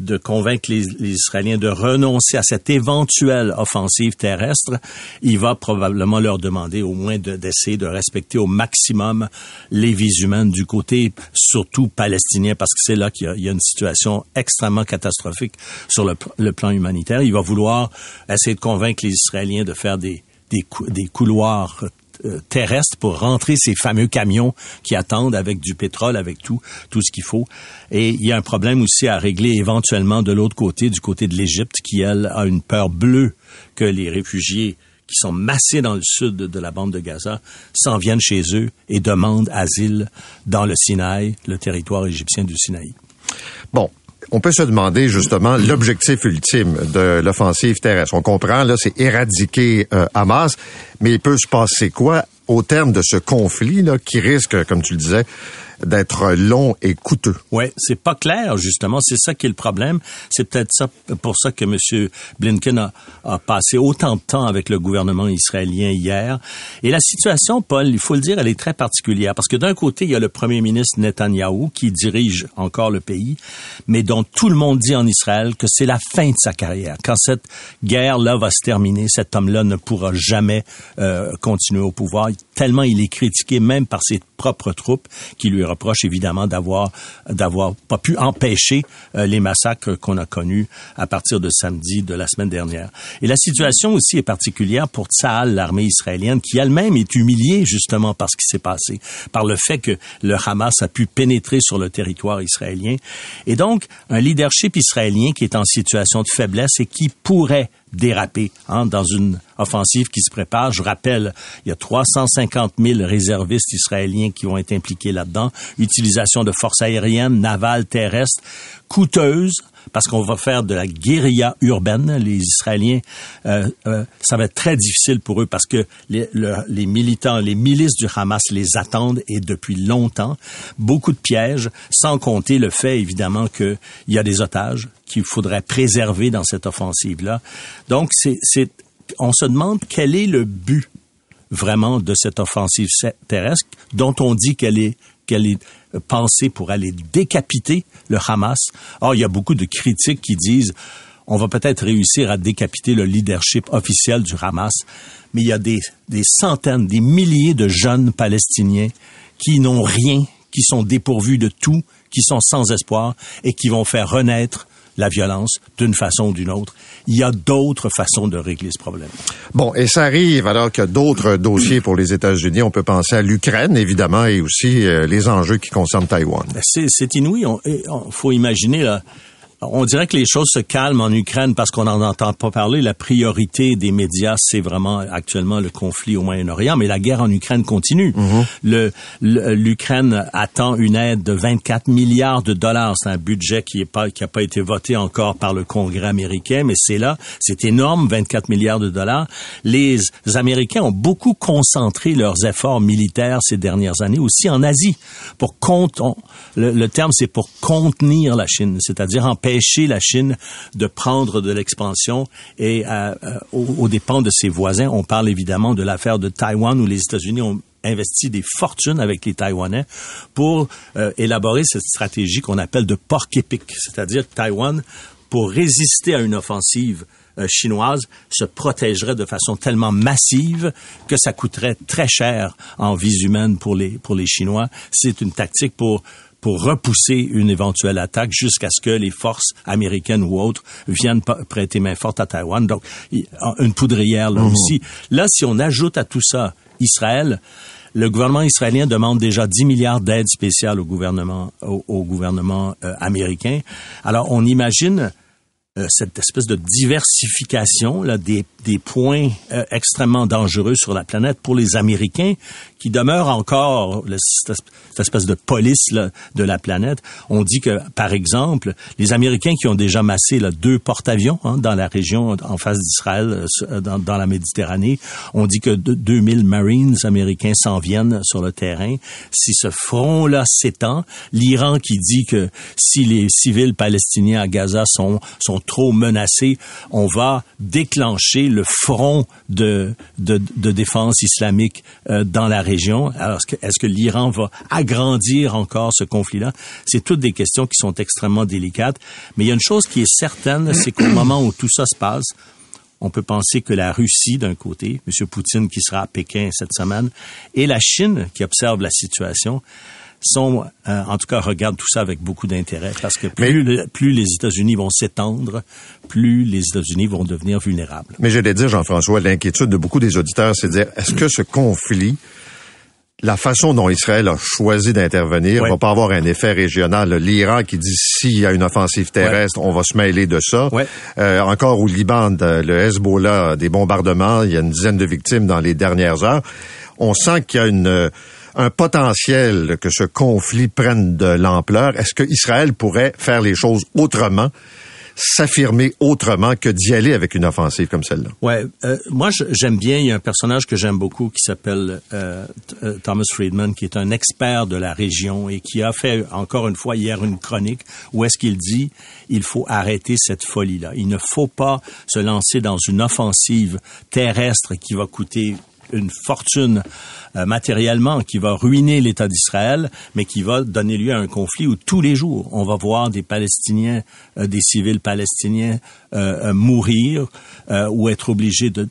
de convaincre les, les Israéliens de renoncer à cette éventuelle offensive terrestre, il va probablement leur demander au moins de, d'essayer de respecter au maximum les vies humaines du côté surtout palestinien, parce que c'est là qu'il y a, il y a une situation extrêmement catastrophique sur le, le plan humanitaire. Il va vouloir essayer de convaincre les Israéliens de faire des, des, des couloirs terrestre pour rentrer ces fameux camions qui attendent avec du pétrole, avec tout, tout ce qu'il faut. Et il y a un problème aussi à régler éventuellement de l'autre côté, du côté de l'Égypte, qui, elle, a une peur bleue que les réfugiés qui sont massés dans le sud de la bande de Gaza s'en viennent chez eux et demandent asile dans le Sinaï, le territoire égyptien du Sinaï. Bon. On peut se demander justement l'objectif ultime de l'offensive terrestre. On comprend, là, c'est éradiquer euh, Hamas, mais il peut se passer quoi au terme de ce conflit là, qui risque, comme tu le disais, d'être long et coûteux. Oui, c'est pas clair, justement. C'est ça qui est le problème. C'est peut-être ça pour ça que M. Blinken a, a passé autant de temps avec le gouvernement israélien hier. Et la situation, Paul, il faut le dire, elle est très particulière. Parce que d'un côté, il y a le premier ministre Netanyahou qui dirige encore le pays, mais dont tout le monde dit en Israël que c'est la fin de sa carrière. Quand cette guerre-là va se terminer, cet homme-là ne pourra jamais euh, continuer au pouvoir, tellement il est critiqué même par ses propres troupes qui lui reproche évidemment d'avoir d'avoir pas pu empêcher euh, les massacres qu'on a connus à partir de samedi de la semaine dernière. Et la situation aussi est particulière pour Tsahal, l'armée israélienne, qui elle-même est humiliée justement par ce qui s'est passé, par le fait que le Hamas a pu pénétrer sur le territoire israélien. Et donc, un leadership israélien qui est en situation de faiblesse et qui pourrait déraper hein, dans une offensive qui se prépare. Je rappelle, il y a trois cent cinquante mille réservistes israéliens qui vont être impliqués là-dedans. Utilisation de forces aériennes, navales, terrestres, coûteuses, parce qu'on va faire de la guérilla urbaine. Les Israéliens, euh, euh, ça va être très difficile pour eux parce que les, le, les militants, les milices du Hamas les attendent et depuis longtemps. Beaucoup de pièges, sans compter le fait, évidemment, qu'il y a des otages qu'il faudrait préserver dans cette offensive-là. Donc, c'est, c'est, on se demande quel est le but vraiment de cette offensive terrestre dont on dit qu'elle est qu'elle est pensée pour aller décapiter le Hamas. Or, il y a beaucoup de critiques qui disent on va peut-être réussir à décapiter le leadership officiel du Hamas, mais il y a des, des centaines, des milliers de jeunes Palestiniens qui n'ont rien, qui sont dépourvus de tout, qui sont sans espoir et qui vont faire renaître la violence d'une façon ou d'une autre. Il y a d'autres façons de régler ce problème. Bon, et ça arrive alors qu'il y a d'autres dossiers pour les États-Unis. On peut penser à l'Ukraine, évidemment, et aussi euh, les enjeux qui concernent Taïwan. C'est, c'est inouï. Il faut imaginer, là, on dirait que les choses se calment en Ukraine parce qu'on n'en entend pas parler. La priorité des médias, c'est vraiment actuellement le conflit au Moyen-Orient, mais la guerre en Ukraine continue. Mm-hmm. Le, le, L'Ukraine attend une aide de vingt-quatre milliards de dollars. C'est un budget qui n'a pas, qui a pas été voté encore par le Congrès américain, mais c'est là. C'est énorme, vingt-quatre milliards de dollars. Les Américains ont beaucoup concentré leurs efforts militaires ces dernières années, aussi en Asie. Pour compte, on, le, le terme, c'est pour contenir la Chine, c'est-à-dire empêcher empêcher la Chine de prendre de l'expansion et euh, euh, aux, aux dépens de ses voisins. On parle évidemment de l'affaire de Taïwan où les États-Unis ont investi des fortunes avec les Taïwanais pour euh, élaborer cette stratégie qu'on appelle de porc épic, c'est-à-dire que Taïwan, pour résister à une offensive euh, chinoise, se protégerait de façon tellement massive que ça coûterait très cher en vies humaines pour les pour les Chinois. C'est une tactique pour pour repousser une éventuelle attaque jusqu'à ce que les forces américaines ou autres viennent prêter main forte à Taïwan. Donc, une poudrière là mmh. aussi. Là, si on ajoute à tout ça Israël, le gouvernement israélien demande déjà dix milliards d'aides spéciales au gouvernement, au, au gouvernement euh, américain. Alors, on imagine euh, cette espèce de diversification là, des, des points euh, extrêmement dangereux sur la planète pour les Américains qui demeurent encore le, cette espèce de police là, de la planète. On dit que, par exemple, les Américains qui ont déjà massé là, deux porte-avions hein, dans la région en face d'Israël, euh, dans, dans la Méditerranée, on dit que deux mille Marines américains s'en viennent sur le terrain. Si ce front-là s'étend, l'Iran qui dit que si les civils palestiniens à Gaza sont, sont trop menacés, on va déclencher le front de, de, de défense islamique euh, dans la région région? Alors, est-ce que, est-ce que l'Iran va agrandir encore ce conflit-là? C'est toutes des questions qui sont extrêmement délicates. Mais il y a une chose qui est certaine, c'est qu'au moment où tout ça se passe, on peut penser que la Russie, d'un côté, M. Poutine qui sera à Pékin cette semaine, et la Chine qui observe la situation, sont, euh, en tout cas, regardent tout ça avec beaucoup d'intérêt parce que plus, mais, le, plus les États-Unis vont s'étendre, plus les États-Unis vont devenir vulnérables. Mais j'allais dire, Jean-François, l'inquiétude de beaucoup des auditeurs, c'est de dire, est-ce que ce conflit, la façon dont Israël a choisi d'intervenir, ouais. va pas avoir un effet régional? L'Iran qui dit, s'il y a une offensive terrestre, ouais. on va se mêler de ça. Ouais. Euh, encore au Liban, le Hezbollah, des bombardements, il y a une dizaine de victimes dans les dernières heures. On sent qu'il y a une... un potentiel que ce conflit prenne de l'ampleur. Est-ce que Israël pourrait faire les choses autrement, s'affirmer autrement que d'y aller avec une offensive comme celle-là? Ouais, euh, moi j'aime bien, il y a un personnage que j'aime beaucoup qui s'appelle euh, Thomas Friedman, qui est un expert de la région et qui a fait encore une fois hier une chronique où est-ce qu'il dit il faut arrêter cette folie-là. Il ne faut pas se lancer dans une offensive terrestre qui va coûter une fortune euh, matériellement, qui va ruiner l'État d'Israël, mais qui va donner lieu à un conflit où tous les jours, on va voir des Palestiniens, euh, des civils palestiniens euh, euh, mourir euh, ou être obligés de,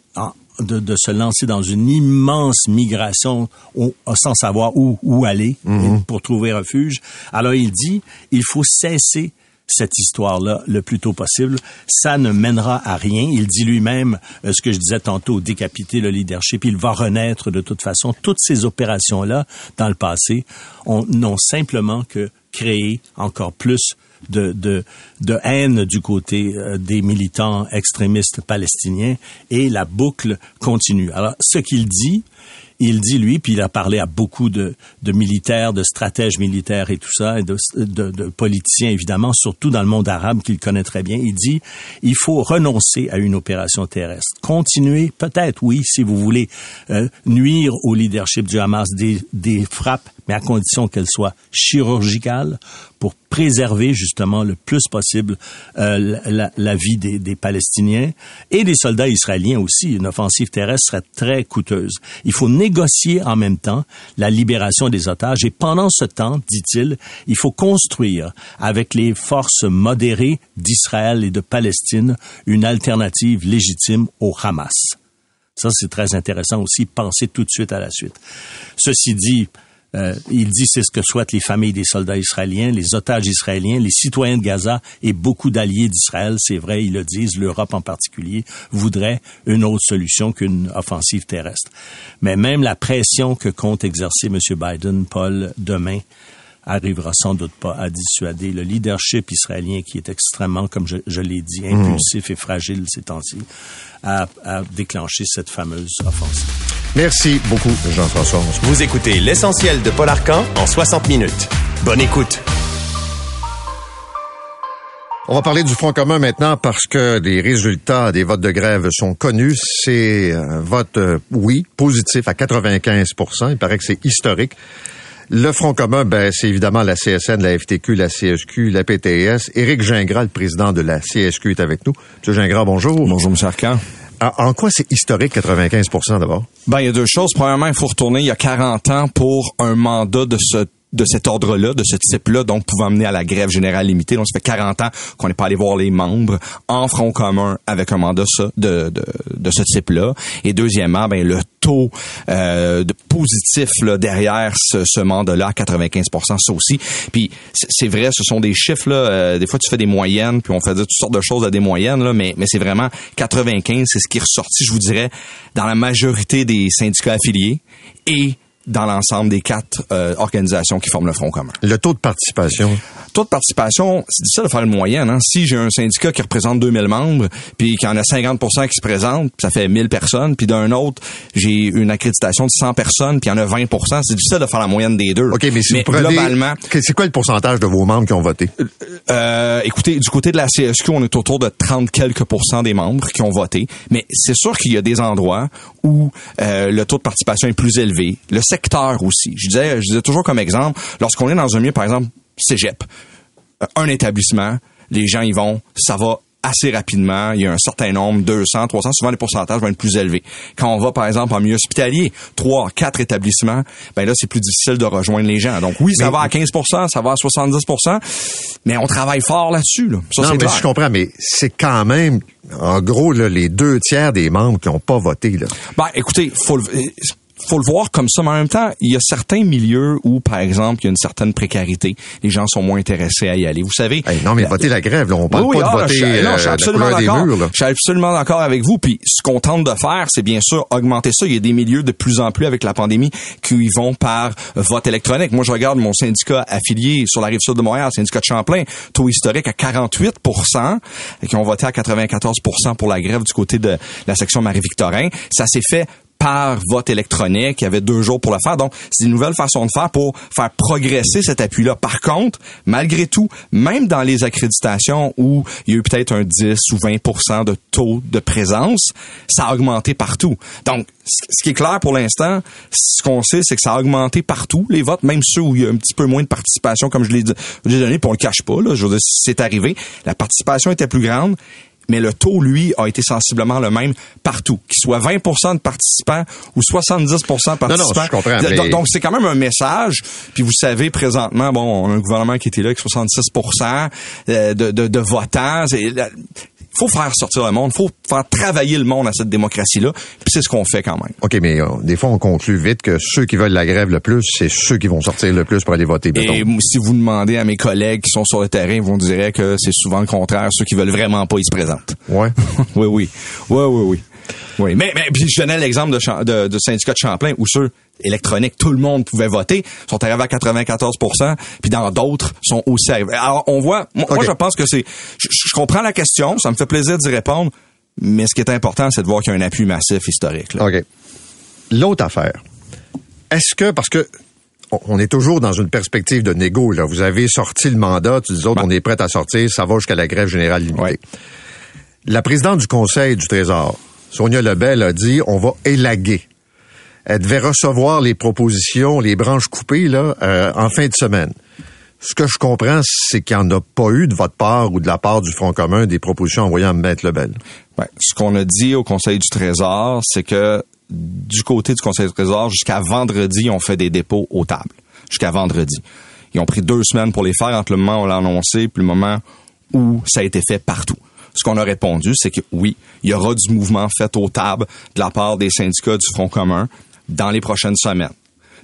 de, de se lancer dans une immense migration où, sans savoir où, où aller mm-hmm. pour trouver refuge. Alors il dit, il faut cesser cette histoire-là le plus tôt possible. Ça ne mènera à rien. Il dit lui-même, euh, ce que je disais tantôt, décapiter le leadership. Il va renaître de toute façon. Toutes ces opérations-là, dans le passé, on, n'ont simplement que créé encore plus de, de, de haine du côté euh, des militants extrémistes palestiniens et la boucle continue. Alors, ce qu'il dit, il dit, lui, puis il a parlé à beaucoup de, de militaires, de stratèges militaires et tout ça, et de, de, de politiciens, évidemment, surtout dans le monde arabe qu'il connaît très bien. Il dit, il faut renoncer à une opération terrestre. Continuer, peut-être, oui, si vous voulez, euh, nuire au leadership du Hamas des, des frappes, mais à condition qu'elles soient chirurgicales pour préserver, justement, le plus possible euh, la, la vie des, des Palestiniens et des soldats israéliens aussi. Une offensive terrestre serait très coûteuse. Il faut négocier en même temps la libération des otages et pendant ce temps, dit-il, il faut construire avec les forces modérées d'Israël et de Palestine une alternative légitime au Hamas. Ça, c'est très intéressant aussi, penser tout de suite à la suite. Ceci dit, Euh, il dit c'est ce que souhaitent les familles des soldats israéliens, les otages israéliens, les citoyens de Gaza et beaucoup d'alliés d'Israël, c'est vrai, ils le disent, l'Europe en particulier, voudrait une autre solution qu'une offensive terrestre. Mais même la pression que compte exercer M. Biden, Paul, demain, arrivera sans doute pas à dissuader le leadership israélien qui est extrêmement, comme je, je l'ai dit, impulsif mmh. et fragile ces temps-ci, à, à déclencher cette fameuse offensive. Merci beaucoup, Jean-François. Vous écoutez l'essentiel de Paul Arcand en soixante minutes. Bonne écoute. On va parler du Front commun maintenant parce que les résultats des votes de grève sont connus. C'est un vote, euh, oui, positif à quatre-vingt-quinze pour cent. Il paraît que c'est historique. Le Front commun, ben, c'est évidemment la C S N, la F T Q, la C S Q, la P T S. Éric Gingras, le président de la C S Q, est avec nous. M. Gingras, bonjour. Bonjour, M. Arcand. En quoi c'est historique, quatre-vingt-quinze pour cent d'abord? Ben, il y a deux choses. Premièrement, il faut retourner il y a quarante ans pour un mandat de ce de cet ordre-là, de ce type-là, donc pouvant amener à la grève générale limitée. Donc, ça fait quarante ans qu'on n'est pas allé voir les membres en front commun avec un mandat de, de, de ce type-là. Et deuxièmement, ben le taux euh, de positif là, derrière ce, ce mandat-là à quatre-vingt-quinze pour cent, ça aussi. Puis, c'est vrai, ce sont des chiffres, là, euh, des fois, tu fais des moyennes, puis on fait dire toutes sortes de choses à des moyennes, là, mais, mais c'est vraiment quatre-vingt-quinze, c'est ce qui est ressorti, je vous dirais, dans la majorité des syndicats affiliés et dans l'ensemble des quatre euh, organisations qui forment le Front commun. Le taux de participation? Taux de participation, c'est difficile de faire une moyenne. Hein? Si j'ai un syndicat qui représente deux mille membres, puis qu'il y en a cinquante pour cent qui se présentent, ça fait mille personnes, puis d'un autre, j'ai une accréditation de cent personnes, puis il y en a vingt pour cent, c'est difficile de faire la moyenne des deux. OK, mais si mais vous prenez, globalement... c'est quoi le pourcentage de vos membres qui ont voté? Euh, écoutez, du côté de la C S Q, on est autour de trente quelques pour cent des membres qui ont voté, mais c'est sûr qu'il y a des endroits où euh, le taux de participation est plus élevé. Le secteur aussi. Je disais, je disais toujours comme exemple, lorsqu'on est dans un milieu, par exemple, cégep, un établissement, les gens y vont, ça va assez rapidement. Il y a un certain nombre, deux cents, trois cents, souvent les pourcentages vont être plus élevés. Quand on va, par exemple, en milieu hospitalier, trois, quatre établissements, ben là, c'est plus difficile de rejoindre les gens. Donc oui, ça mais, va à quinze pour cent, ça va à soixante-dix pour cent, mais on travaille fort là-dessus. Là. Ça, non, c'est mais clair. je comprends, mais c'est quand même, en gros, là, les deux tiers des membres qui n'ont pas voté. Là. Ben, écoutez, faut le... faut le voir comme ça, mais en même temps, il y a certains milieux où, par exemple, il y a une certaine précarité. Les gens sont moins intéressés à y aller. Vous savez... Hey, non, mais la, voter la grève, là, on parle oui, pas ah, de voter je, non, je suis absolument euh, la couleur d'accord. des murs. Là. Je suis absolument d'accord avec vous. Puis ce qu'on tente de faire, c'est bien sûr augmenter ça. Il y a des milieux de plus en plus avec la pandémie qui y vont par vote électronique. Moi, je regarde mon syndicat affilié sur la Rive-Sud de Montréal, le syndicat de Champlain, taux historique à quarante-huit pour cent, et qui ont voté à quatre-vingt-quatorze pour cent pour la grève du côté de la section Marie-Victorin. Ça s'est fait par vote électronique. Il y avait deux jours pour le faire. Donc, c'est une nouvelle façon de faire pour faire progresser cet appui-là. Par contre, malgré tout, même dans les accréditations où il y a eu peut-être un dix ou vingt pour cent de taux de présence, ça a augmenté partout. Donc, ce qui est clair pour l'instant, ce qu'on sait, c'est que ça a augmenté partout, les votes, même ceux où il y a un petit peu moins de participation, comme je l'ai dit, je l'ai donné, puis on le cache pas, là. Je veux dire, c'est arrivé. La participation était plus grande. Mais le taux, lui, a été sensiblement le même partout. Qu'il soit vingt pour cent de participants ou soixante-dix pour cent de participants. Non, non, je comprends. Mais... Donc, c'est quand même un message. Puis vous savez, présentement, bon, on a un gouvernement qui était là avec soixante-six pour cent de, de, de votants. Il faut faire sortir le monde. Il faut faire travailler le monde à cette démocratie-là. Puis c'est ce qu'on fait quand même. OK, mais euh, des fois, on conclut vite que ceux qui veulent la grève le plus, c'est ceux qui vont sortir le plus pour aller voter. Et mettons. Si vous demandez à mes collègues qui sont sur le terrain, ils vont dire que c'est souvent le contraire. Ceux qui veulent vraiment pas, ils se présentent. Ouais. oui, oui. Oui, oui, oui. Oui, mais, mais puis je donnais l'exemple de, de, de syndicat de Champlain où ceux électroniques, tout le monde pouvait voter, sont arrivés à quatre-vingt-quatorze pour cent, puis dans d'autres sont aussi arrivés. Alors, on voit, moi, okay. moi je pense que c'est, je, je comprends la question, ça me fait plaisir d'y répondre, mais ce qui est important, c'est de voir qu'il y a un appui massif historique. Là. OK. L'autre affaire, est-ce que, parce que on est toujours dans une perspective de négo, là. Vous avez sorti le mandat, tu dis autres, ben. on est prêt à sortir, ça va jusqu'à la grève générale limitée. Ouais. La présidente du Conseil du Trésor, Sonia Lebel, a dit on va élaguer. Elle devait recevoir les propositions, les branches coupées là, euh, en fin de semaine. Ce que je comprends, c'est qu'il n'y en a pas eu de votre part ou de la part du Front commun des propositions envoyées à Maître Lebel. Ben, ce qu'on a dit au Conseil du Trésor, c'est que du côté du Conseil du Trésor, jusqu'à vendredi, on fait des dépôts aux tables. Jusqu'à vendredi. Ils ont pris deux semaines pour les faire entre le moment où on l'a annoncé puis le moment où ça a été fait partout. Ce qu'on a répondu, c'est que oui, il y aura du mouvement fait aux tables de la part des syndicats du Front commun dans les prochaines semaines.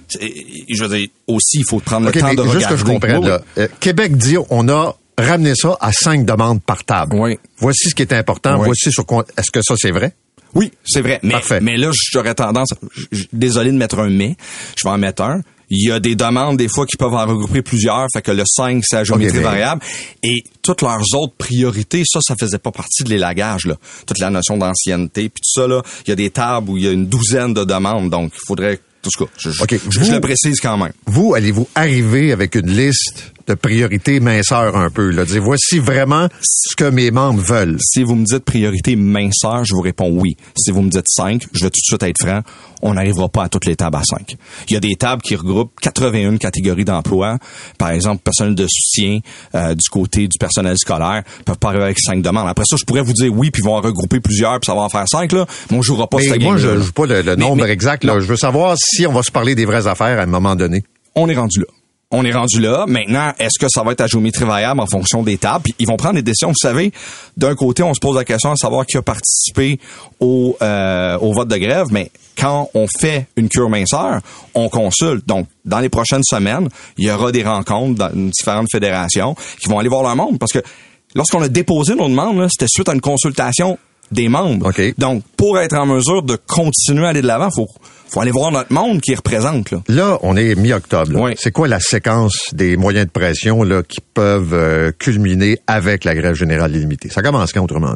Je veux dire, aussi, il faut prendre okay, le temps de juste regarder. Juste que je comprenne, là. Euh, Québec dit, on a ramené ça à cinq demandes par table. Oui. Voici ce qui est important. Oui. Voici sur quoi. Est-ce que ça, c'est vrai? Oui, c'est vrai. Mais, Parfait. mais là, j'aurais tendance, je, désolé de mettre un mais, je vais en mettre un. Il y a des demandes, des fois, qui peuvent en regrouper plusieurs, fait que le cinq, c'est la géométrie okay, variable. Et toutes leurs autres priorités, ça, ça faisait pas partie de l'élagage, là. Toute la notion d'ancienneté, puis tout ça, là, il y a des tables où il y a une douzaine de demandes, donc il faudrait, en tout cas, je, okay, je, vous, je le précise quand même. Vous, allez-vous arriver avec une liste de priorités minceur un peu, là? Dire, voici vraiment ce que mes membres veulent. Si vous me dites priorité minceur, je vous réponds oui. Si vous me dites cinq, je vais tout de suite être franc, on n'arrivera pas à toutes les tables à cinq. Il y a des tables qui regroupent quatre-vingt-une catégories d'emplois. Par exemple, personnel de soutien euh, du côté du personnel scolaire peuvent pas arriver avec cinq demandes. Après ça, je pourrais vous dire oui, puis ils vont en regrouper plusieurs, puis ça va en faire cinq, là. Mais on jouera pas mais cette moi, game-là. je ne joue pas le, le mais, nombre mais, exact, là. Je veux savoir si on va se parler des vraies affaires à un moment donné. On est rendu là. On est rendu là. Maintenant, est-ce que ça va être à géométrie variable en fonction des tables? Puis ils vont prendre des décisions. Vous savez, d'un côté, on se pose la question de savoir qui a participé au, euh, au vote de grève, mais quand on fait une cure minceur, on consulte. Donc, dans les prochaines semaines, il y aura des rencontres dans différentes fédérations qui vont aller voir leur monde. Parce que lorsqu'on a déposé nos demandes, là, c'était suite à une consultation des membres. Okay. Donc, pour être en mesure de continuer à aller de l'avant, faut faut aller voir notre monde qui représente. Là, là on est mi-octobre. Oui. C'est quoi la séquence des moyens de pression là qui peuvent euh, culminer avec la grève générale illimitée? Ça commence quand, autrement dit?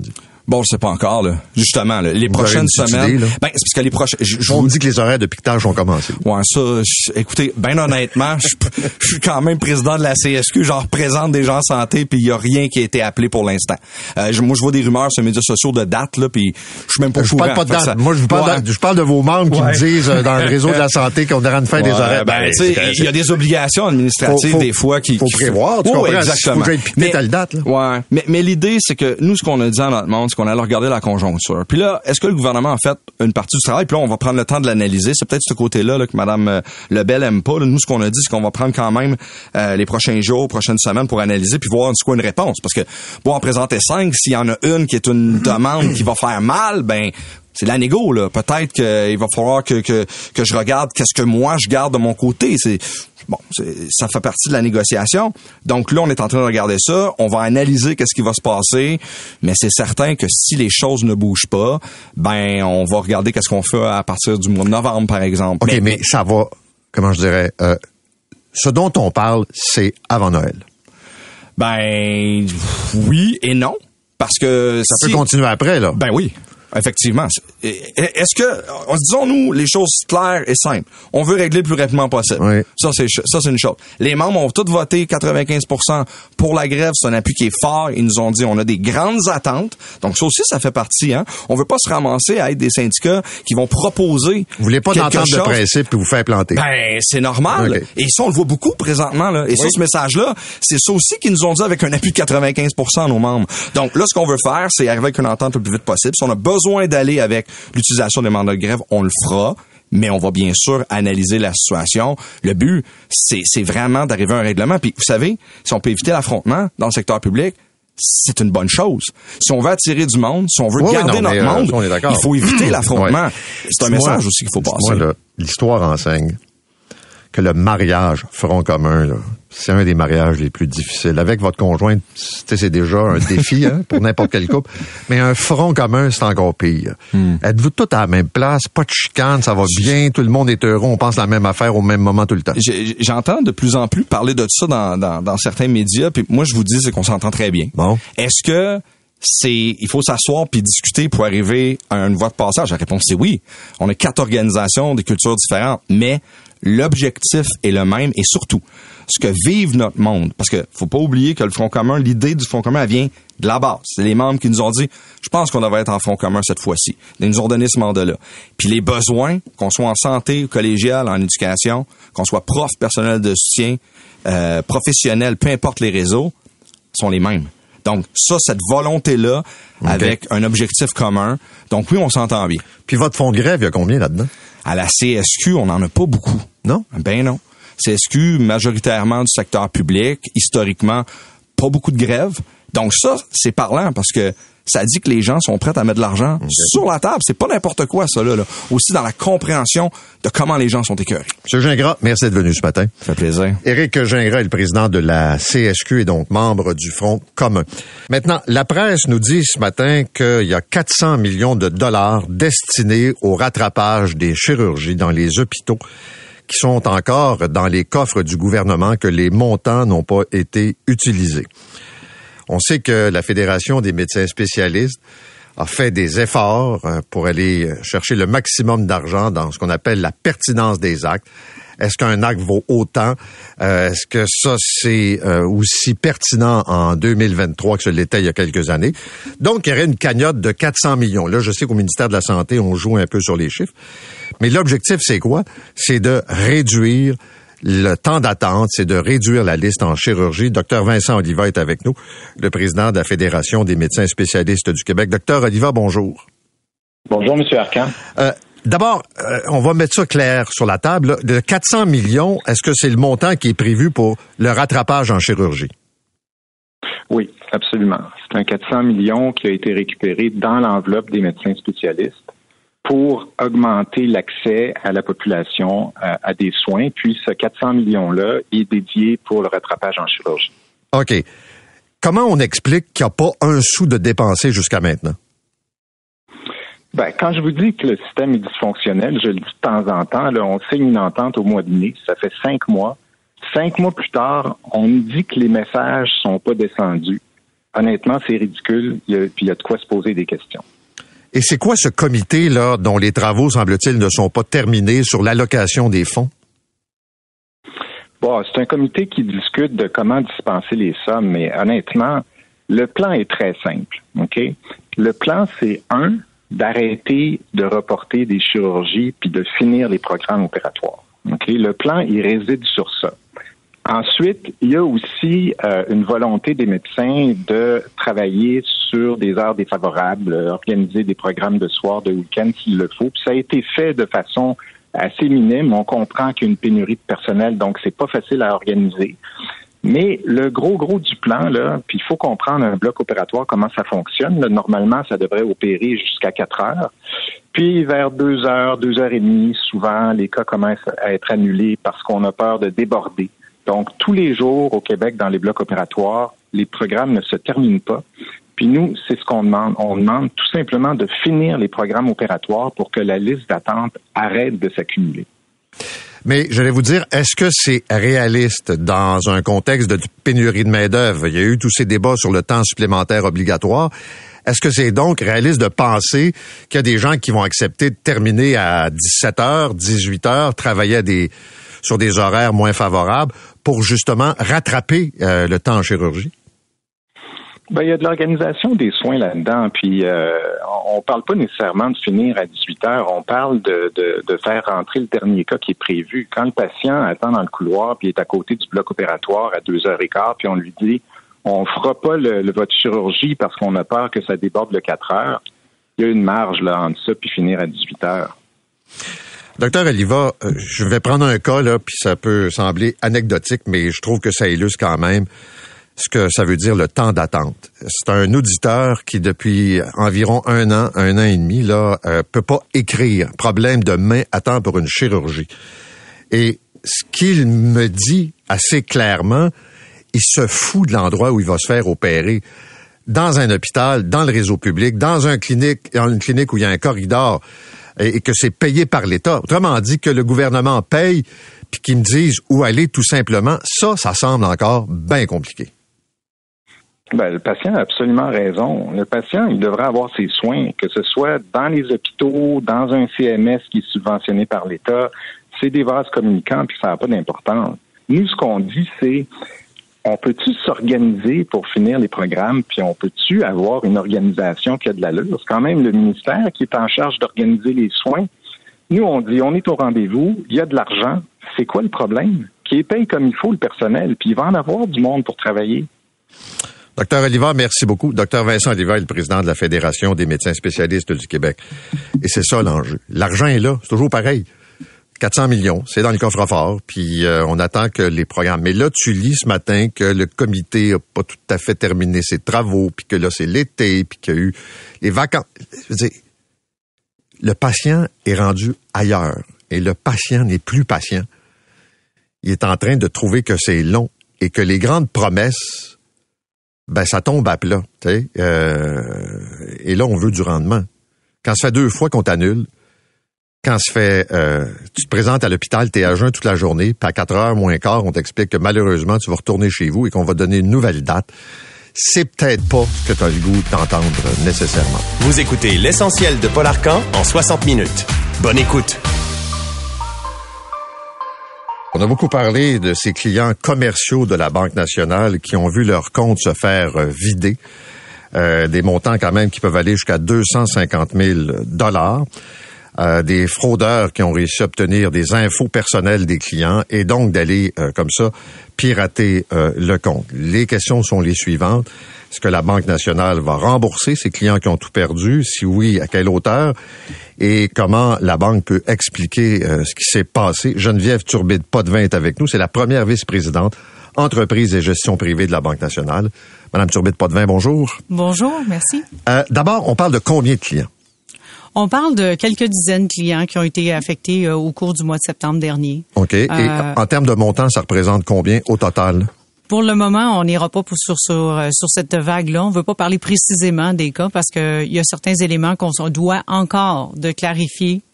Bon, je sais pas encore, là. Justement, là, les Vous prochaines avez une petite semaines. idée, là? Ben, c'est parce que les prochaines. Je, je On vous me dit que les horaires de piquetage ont commencé. Ouais, ça, je- écoutez, ben honnêtement, je, je suis quand même président de la C S Q, j'en représente des gens en santé, puis il y a rien qui a été appelé pour l'instant. Euh, je- moi, je vois des rumeurs sur les médias sociaux de dates, là, puis je suis même pas au Je courant. parle pas de Fait que date. ça- Moi, je vous parle, Ouais. de, je parle de vos membres qui Ouais. me disent euh, dans le réseau de la santé qu'on est en train de faire des Ouais, horaires. ben, tu sais, il y a des obligations administratives Faut- faut- des fois qui faut qui prévoir, tu Ouais, comprends? exactement. Faut être piqué telle date, là. Ouais, mais mais l'idée c'est que nous ce qu'on a dit à notre monde, c'est qu'on allait regarder la conjoncture. Puis là, est-ce que le gouvernement a fait une partie du travail? Puis là, on va prendre le temps de l'analyser. C'est peut-être ce côté-là là, que Mme euh, Lebel aime pas. Là. Nous, ce qu'on a dit, c'est qu'on va prendre quand même euh, les prochains jours, prochaines semaines pour analyser puis voir c'est quoi une réponse. Parce que bon, en présenter cinq, s'il y en a une qui est une demande qui va faire mal, ben c'est la négo, là. Peut-être qu'il va falloir que, que, que je regarde qu'est-ce que moi je garde de mon côté. C'est bon, c'est, ça fait partie de la négociation. Donc là, on est en train de regarder ça. On va analyser qu'est-ce qui va se passer. Mais c'est certain que si les choses ne bougent pas, ben on va regarder qu'est-ce qu'on fait à partir du mois de novembre, par exemple. OK, mais, mais ça va, comment je dirais, euh, ce dont on parle, c'est avant Noël. ben oui et non. Parce que Ça si- peut continuer après, là. Ben oui. Effectivement. Est-ce que, disons-nous les choses claires et simples. On veut régler le plus rapidement possible. Oui. Ça, c'est, ça, c'est une chose. Les membres ont tous voté quatre-vingt-quinze pour cent pour la grève. C'est un appui qui est fort. Ils nous ont dit, on a des grandes attentes. Donc, ça aussi, ça fait partie, hein. On veut pas se ramasser à être des syndicats qui vont proposer. Vous voulez pas quelque d'entente de chose. principe puis vous faire planter. Ben, c'est normal. Okay. Et ça, on le voit beaucoup présentement, là. Et ça, ce message-là, c'est ça aussi qu'ils nous ont dit avec un appui de quatre-vingt-quinze pour cent à nos membres. Donc, là, ce qu'on veut faire, c'est arriver avec une entente le plus vite possible. Si on a besoin d'aller avec l'utilisation des mandats de grève, on le fera. Mais on va bien sûr analyser la situation. Le but, c'est, c'est vraiment d'arriver à un règlement. Puis, vous savez, si on peut éviter l'affrontement dans le secteur public, c'est une bonne chose. Si on veut attirer du monde, si on veut Oui, garder oui, non, notre mais, euh, monde, ça, on est d'accord. il faut éviter l'affrontement. Ouais. C'est un Dis-moi- message aussi qu'il faut passer. Moi, là, l'histoire enseigne que le mariage front commun, là, c'est un des mariages les plus difficiles. Avec votre conjointe, c'est c'est déjà un défi hein, pour n'importe quel couple. Mais un front commun, c'est encore pire. Hmm. Êtes-vous tous à la même place? Pas de chicane, ça va bien, tout le monde est heureux, on pense la même affaire au même moment tout le temps. J'ai- J'entends de plus en plus parler de ça dans, dans, dans certains médias, puis moi je vous dis c'est qu'on s'entend très bien. Bon. Est-ce que c'est il faut s'asseoir puis discuter pour arriver à une voie de passage? La réponse c'est oui. On a quatre organisations, des cultures différentes, mais l'objectif est le même et surtout ce que vive notre monde. Parce que faut pas oublier que le Front commun, l'idée du Front commun, elle vient de la base. C'est les membres qui nous ont dit, je pense qu'on devrait être en Front commun cette fois-ci. Ils nous ont donné ce mandat-là. Puis les besoins, qu'on soit en santé, collégiale, en éducation, qu'on soit prof, personnel de soutien, euh, professionnel, peu importe les réseaux, sont les mêmes. Donc ça, cette volonté-là, okay. avec un objectif commun. Donc oui, on s'entend bien. Puis votre fonds de grève, il y a combien là-dedans? À la C S Q, on n'en a pas beaucoup. Non? Ben non. C S Q, majoritairement du secteur public, historiquement, pas beaucoup de grèves. Donc ça, c'est parlant parce que ça dit que les gens sont prêts à mettre de l'argent okay. sur la table. C'est pas n'importe quoi, ça, là, là. Aussi dans la compréhension de comment les gens sont écœurés. Monsieur Gingras, merci d'être venu ce matin. Ça fait plaisir. Éric Gingras est le président de la C S Q et donc membre du Front commun. Maintenant, la presse nous dit ce matin qu'il y a quatre cents millions de dollars destinés au rattrapage des chirurgies dans les hôpitaux qui sont encore dans les coffres du gouvernement, que les montants n'ont pas été utilisés. On sait que la Fédération des médecins spécialistes a fait des efforts pour aller chercher le maximum d'argent dans ce qu'on appelle la pertinence des actes. Est-ce qu'un acte vaut autant? Euh, est-ce que ça, c'est euh, aussi pertinent en deux mille vingt-trois que ce l'était il y a quelques années? Donc, il y aurait une cagnotte de quatre cents millions. Là, je sais qu'au ministère de la Santé, on joue un peu sur les chiffres. Mais l'objectif, c'est quoi? C'est de réduire le temps d'attente, c'est de réduire la liste en chirurgie. Docteur Vincent Oliva est avec nous, le président de la Fédération des médecins spécialistes du Québec. Docteur Oliva, bonjour. Bonjour, M. Arcan. Euh, D'abord, euh, on va mettre ça clair sur la table. Là. De quatre cents millions, est-ce que c'est le montant qui est prévu pour le rattrapage en chirurgie? Oui, absolument. C'est un quatre cents millions qui a été récupéré dans l'enveloppe des médecins spécialistes pour augmenter l'accès à la population à, à des soins. Puis ce quatre cents millions-là est dédié pour le rattrapage en chirurgie. OK. Comment on explique qu'il n'y a pas un sou de dépensé jusqu'à maintenant? Ben, quand je vous dis que le système est dysfonctionnel, je le dis de temps en temps, là, on signe une entente au mois de mai, ça fait cinq mois. Cinq mois plus tard, on nous dit que les messages sont pas descendus. honnêtement, c'est ridicule, il y a, puis il y a de quoi se poser des questions. Et c'est quoi ce comité-là dont les travaux, semble-t-il, ne sont pas terminés sur l'allocation des fonds? Bon, c'est un comité qui discute de comment dispenser les sommes, mais honnêtement, le plan est très simple, OK? Le plan, c'est un, d'arrêter de reporter des chirurgies puis de finir les programmes opératoires. OK? Le plan, il réside sur ça. Ensuite, il y a aussi euh, une volonté des médecins de travailler sur des heures défavorables, euh, organiser des programmes de soir, de week-end s'il le faut. Puis ça a été fait de façon assez minime. On comprend qu'il y a une pénurie de personnel, donc c'est pas facile à organiser. Mais le gros, gros du plan, là, puis il faut comprendre un bloc opératoire, comment ça fonctionne. Là, normalement, ça devrait opérer jusqu'à quatre heures. Puis vers deux heures, deux heures et demie, souvent, les cas commencent à être annulés parce qu'on a peur de déborder. Donc, tous les jours au Québec, dans les blocs opératoires, les programmes ne se terminent pas. Puis nous, c'est ce qu'on demande. On demande tout simplement de finir les programmes opératoires pour que la liste d'attente arrête de s'accumuler. Mais j'allais vous dire, est-ce que c'est réaliste dans un contexte de pénurie de main-d'œuvre? Il y a eu tous ces débats sur le temps supplémentaire obligatoire. Est-ce que c'est donc réaliste de penser qu'il y a des gens qui vont accepter de terminer à dix-sept heures, dix-huit heures, travailler à des, sur des horaires moins favorables pour justement rattraper euh, le temps en chirurgie? Ben, il y a de l'organisation des soins là-dedans, puis euh, on parle pas nécessairement de finir à dix-huit heures, on parle de, de, de faire rentrer le dernier cas qui est prévu. Quand le patient attend dans le couloir puis est à côté du bloc opératoire à deux heures quinze, puis on lui dit on fera pas le, le, votre chirurgie parce qu'on a peur que ça déborde le quatre heures, il y a une marge là entre ça puis finir à dix-huit heures. Docteur Oliva, je vais prendre un cas là, puis ça peut sembler anecdotique, mais je trouve que ça illustre quand même ce que ça veut dire le temps d'attente. C'est un auditeur qui, depuis environ un an, un an et demi, là, euh, peut pas écrire. Problème de main, attend pour une chirurgie. Et ce qu'il me dit assez clairement, il se fout de l'endroit où il va se faire opérer. Dans un hôpital, dans le réseau public, dans un clinique, dans une clinique où il y a un corridor et, et que c'est payé par l'État. Autrement dit, que le gouvernement paye puis qu'ils me disent où aller tout simplement, ça, ça semble encore bien compliqué. Ben, le patient a absolument raison. Le patient, il devrait avoir ses soins, que ce soit dans les hôpitaux, dans un C M S qui est subventionné par l'État. C'est des vases communicants, puis ça n'a pas d'importance. Nous, ce qu'on dit, c'est on peut-tu s'organiser pour finir les programmes, puis on peut-tu avoir une organisation qui a de l'allure? C'est quand même le ministère qui est en charge d'organiser les soins. Nous, on dit, on est au rendez-vous, il y a de l'argent. C'est quoi le problème? Qui paye comme il faut le personnel, puis il va en avoir du monde pour travailler. Docteur Oliva, merci beaucoup. Docteur Vincent Oliva est le président de la Fédération des médecins spécialistes du Québec. Et c'est ça l'enjeu. L'argent est là, c'est toujours pareil. quatre cents millions, c'est dans le coffre-fort, puis euh, on attend que les programmes... Mais là, tu lis ce matin que le comité a pas tout à fait terminé ses travaux, puis que là, c'est l'été, puis qu'il y a eu les vacances. Je veux dire, le patient est rendu ailleurs, et le patient n'est plus patient. Il est en train de trouver que c'est long, et que les grandes promesses... ben ça tombe à plat, tu sais. Euh, et là, on veut du rendement. Quand ça fait deux fois qu'on t'annule, quand ça fait, euh, tu te présentes à l'hôpital, t'es à jeun toute la journée, puis à quatre heures moins quart, on t'explique que malheureusement, tu vas retourner chez vous et qu'on va donner une nouvelle date. C'est peut-être pas ce que tu as le goût d'entendre nécessairement. Vous écoutez l'essentiel de Paul Arcand en soixante minutes. Bonne écoute. On a beaucoup parlé de ces clients commerciaux de la Banque nationale qui ont vu leur compte se faire euh, vider. Euh, des montants quand même qui peuvent aller jusqu'à deux cent cinquante mille dollars. Euh, des fraudeurs qui ont réussi à obtenir des infos personnelles des clients et donc d'aller, euh, comme ça, pirater euh, le compte. Les questions sont les suivantes. Est-ce que la Banque nationale va rembourser ces clients qui ont tout perdu? Si oui, à quelle hauteur? Et comment la Banque peut expliquer euh, ce qui s'est passé? Geneviève Turbide-Potvin est avec nous. C'est la première vice-présidente entreprise et gestion privée de la Banque nationale. Madame Turbide-Potvin, bonjour. Bonjour, merci. Euh, d'abord, on parle de combien de clients? On parle de quelques dizaines de clients qui ont été affectés euh, au cours du mois de septembre dernier. OK. Et euh, en termes de montant, ça représente combien au total? Pour le moment, on n'ira pas pour, sur, sur, sur cette vague-là. On ne veut pas parler précisément des cas parce qu'il y a certains éléments qu'on doit encore de clarifier.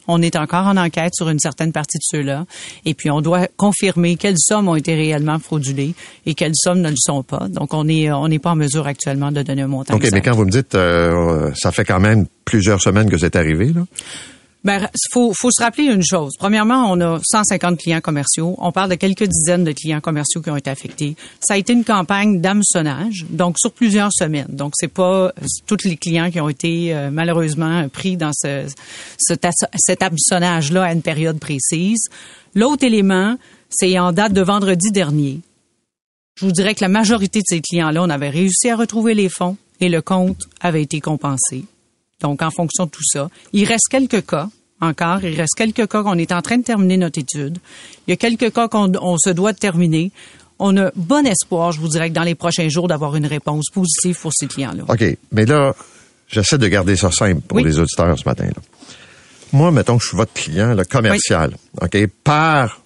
On est encore en enquête sur une certaine partie de ceux-là. Et puis, on doit confirmer quelles sommes ont été réellement fraudulées et quelles sommes ne le sont pas. Donc, on est, on n'est pas en mesure actuellement de donner un montant OK, exact. mais quand vous me dites, euh, ça fait quand même plusieurs semaines que c'est arrivé, là? Ben, faut, faut se rappeler une chose. Premièrement, on a cent cinquante clients commerciaux. On parle de quelques dizaines de clients commerciaux qui ont été affectés. Ça a été une campagne d'hameçonnage, donc sur plusieurs semaines. Donc, c'est pas tous les clients qui ont été euh, malheureusement pris dans ce, cet, cet hameçonnage-là à une période précise. L'autre élément, c'est en date de vendredi dernier. Je vous dirais que la majorité de ces clients-là, on avait réussi à retrouver les fonds et le compte avait été compensé. Donc, en fonction de tout ça, il reste quelques cas encore. Il reste quelques cas qu'on est en train de terminer notre étude. Il y a quelques cas qu'on on se doit de terminer. On a bon espoir, je vous dirais, que dans les prochains jours, d'avoir une réponse positive pour ces clients-là. OK. Mais là, j'essaie de garder ça simple pour oui. les auditeurs ce matin. Là. Moi, mettons que je suis votre client, le commercial. Oui. OK. Par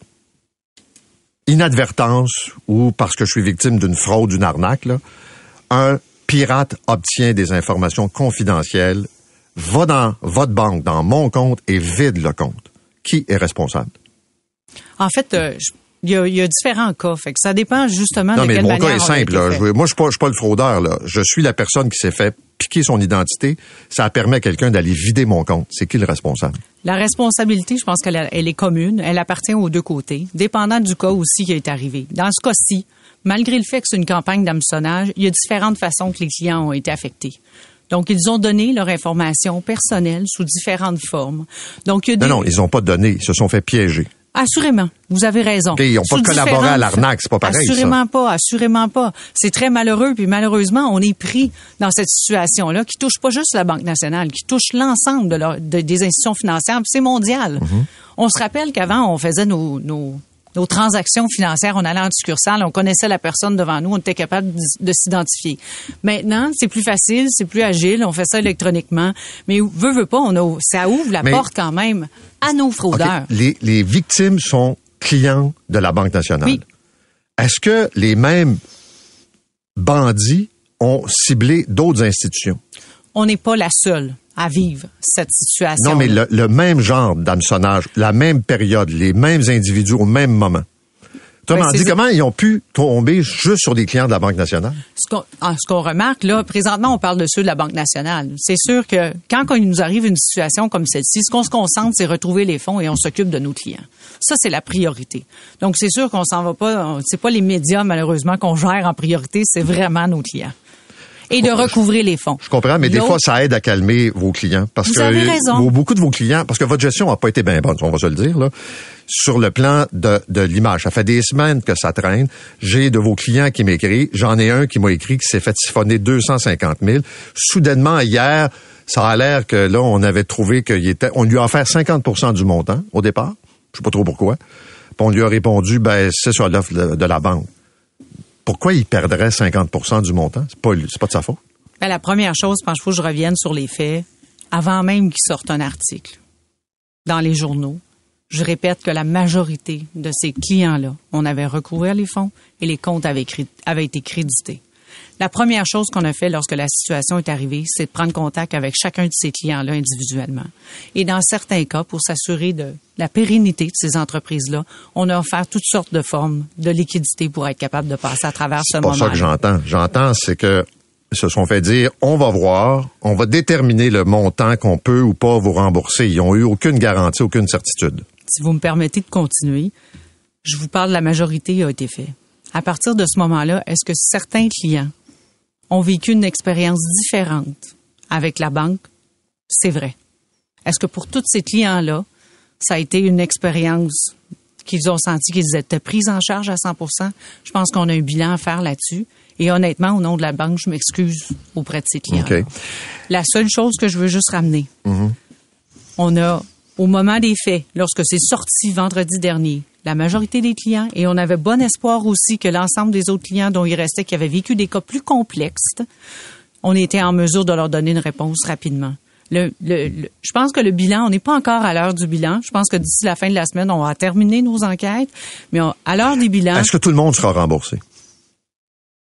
inadvertance ou parce que je suis victime d'une fraude, d'une arnaque, là, un pirate obtient des informations confidentielles, va dans votre banque, dans mon compte et vide le compte. Qui est responsable? En fait, euh, il y a, il y a différents cas. Fait que ça dépend justement non, de quelle manière. Non, mais mon cas est simple. Là. Je, moi, je suis pas, je suis pas le fraudeur. Là. Je suis la personne qui s'est fait piquer son identité. Ça permet à quelqu'un d'aller vider mon compte. C'est qui le responsable? La responsabilité, je pense qu'elle elle est commune. Elle appartient aux deux côtés, dépendant du cas aussi qui est arrivé. Dans ce cas-ci, malgré le fait que c'est une campagne d'hameçonnage, il y a différentes façons que les clients ont été affectés. Donc, ils ont donné leur information personnelle sous différentes formes. Donc, il y a des... Non, non, ils n'ont pas donné. Ils se sont fait piéger. Assurément. Vous avez raison. Okay, ils n'ont pas collaboré à l'arnaque. C'est pas pareil, Assurément ça. pas. Assurément pas. C'est très malheureux. Puis malheureusement, on est pris dans cette situation-là qui touche pas juste la Banque nationale, qui touche l'ensemble de leur, de, des institutions financières. Puis c'est mondial. Mm-hmm. On se rappelle qu'avant, on faisait nos... nos Nos transactions financières, on allait en succursale, on connaissait la personne devant nous, on était capable de, de s'identifier. Maintenant, c'est plus facile, c'est plus agile, on fait ça électroniquement. Mais veut, veut pas, on a, ça ouvre la mais, porte quand même à nos fraudeurs. Okay. Les, les victimes sont clients de la Banque nationale. Oui. Est-ce que les mêmes bandits ont ciblé d'autres institutions? On n'est pas la seule à vivre cette situation. Non, mais le, le même genre d'hameçonnage, la même période, les mêmes individus au même moment. Autrement dit, comment ils ont pu tomber juste sur des clients de la Banque nationale? Ce qu'on, ce qu'on remarque, là, présentement, on parle de ceux de la Banque nationale. C'est sûr que quand il nous arrive une situation comme celle-ci, ce qu'on se concentre, c'est retrouver les fonds et on s'occupe de nos clients. Ça, c'est la priorité. Donc, c'est sûr qu'on s'en va pas, c'est pas les médias, malheureusement, qu'on gère en priorité, c'est vraiment nos clients. Et de recouvrer les fonds. Je comprends, mais L'autre, des fois, ça aide à calmer vos clients. Parce vous que avez raison. Beaucoup de vos clients, parce que votre gestion n'a pas été bien bonne, on va se le dire, là, sur le plan de, de l'image. Ça fait des semaines que ça traîne. J'ai de vos clients qui m'écrivent. J'en ai un qui m'a écrit qui s'est fait siphonner deux cent cinquante mille. Soudainement, hier, ça a l'air que là, on avait trouvé qu'il était, on lui a offert cinquante pour cent du montant au départ. Je sais pas trop pourquoi. Puis on lui a répondu, ben, c'est sur l'offre de, de la banque. Pourquoi il perdrait cinquante pour cent du montant? C'est pas, c'est pas de sa faute. Bien, la première chose, je pense qu'il faut que je revienne sur les faits. Avant même qu'il sorte un article dans les journaux, je répète que la majorité de ces clients-là, on avait recouvert les fonds et les comptes avaient, avaient été crédités. La première chose qu'on a fait lorsque la situation est arrivée, c'est de prendre contact avec chacun de ces clients-là individuellement. Et dans certains cas, pour s'assurer de la pérennité de ces entreprises-là, on a offert toutes sortes de formes de liquidité pour être capable de passer à travers ce moment-là. C'est pas ça que j'entends. J'entends, c'est que ils se sont fait dire, on va voir, on va déterminer le montant qu'on peut ou pas vous rembourser. Ils n'ont eu aucune garantie, aucune certitude. Si vous me permettez de continuer, je vous parle de la majorité qui a été fait. À partir de ce moment-là, est-ce que certains clients ont vécu une expérience différente avec la banque? C'est vrai. Est-ce que pour tous ces clients-là, ça a été une expérience qu'ils ont senti qu'ils étaient pris en charge à cent pour cent? Je pense qu'on a un bilan à faire là-dessus. Et honnêtement, au nom de la banque, je m'excuse auprès de ces clients-là. Okay. La seule chose que je veux juste ramener, mm-hmm. on a, au moment des faits, lorsque c'est sorti vendredi dernier, la majorité des clients, et on avait bon espoir aussi que l'ensemble des autres clients dont il restait, qui avaient vécu des cas plus complexes, on était en mesure de leur donner une réponse rapidement. Le, le, le, je pense que le bilan, on n'est pas encore à l'heure du bilan. Je pense que d'ici la fin de la semaine, on va terminer nos enquêtes. Mais on, à l'heure des bilans... Est-ce que tout le monde sera remboursé?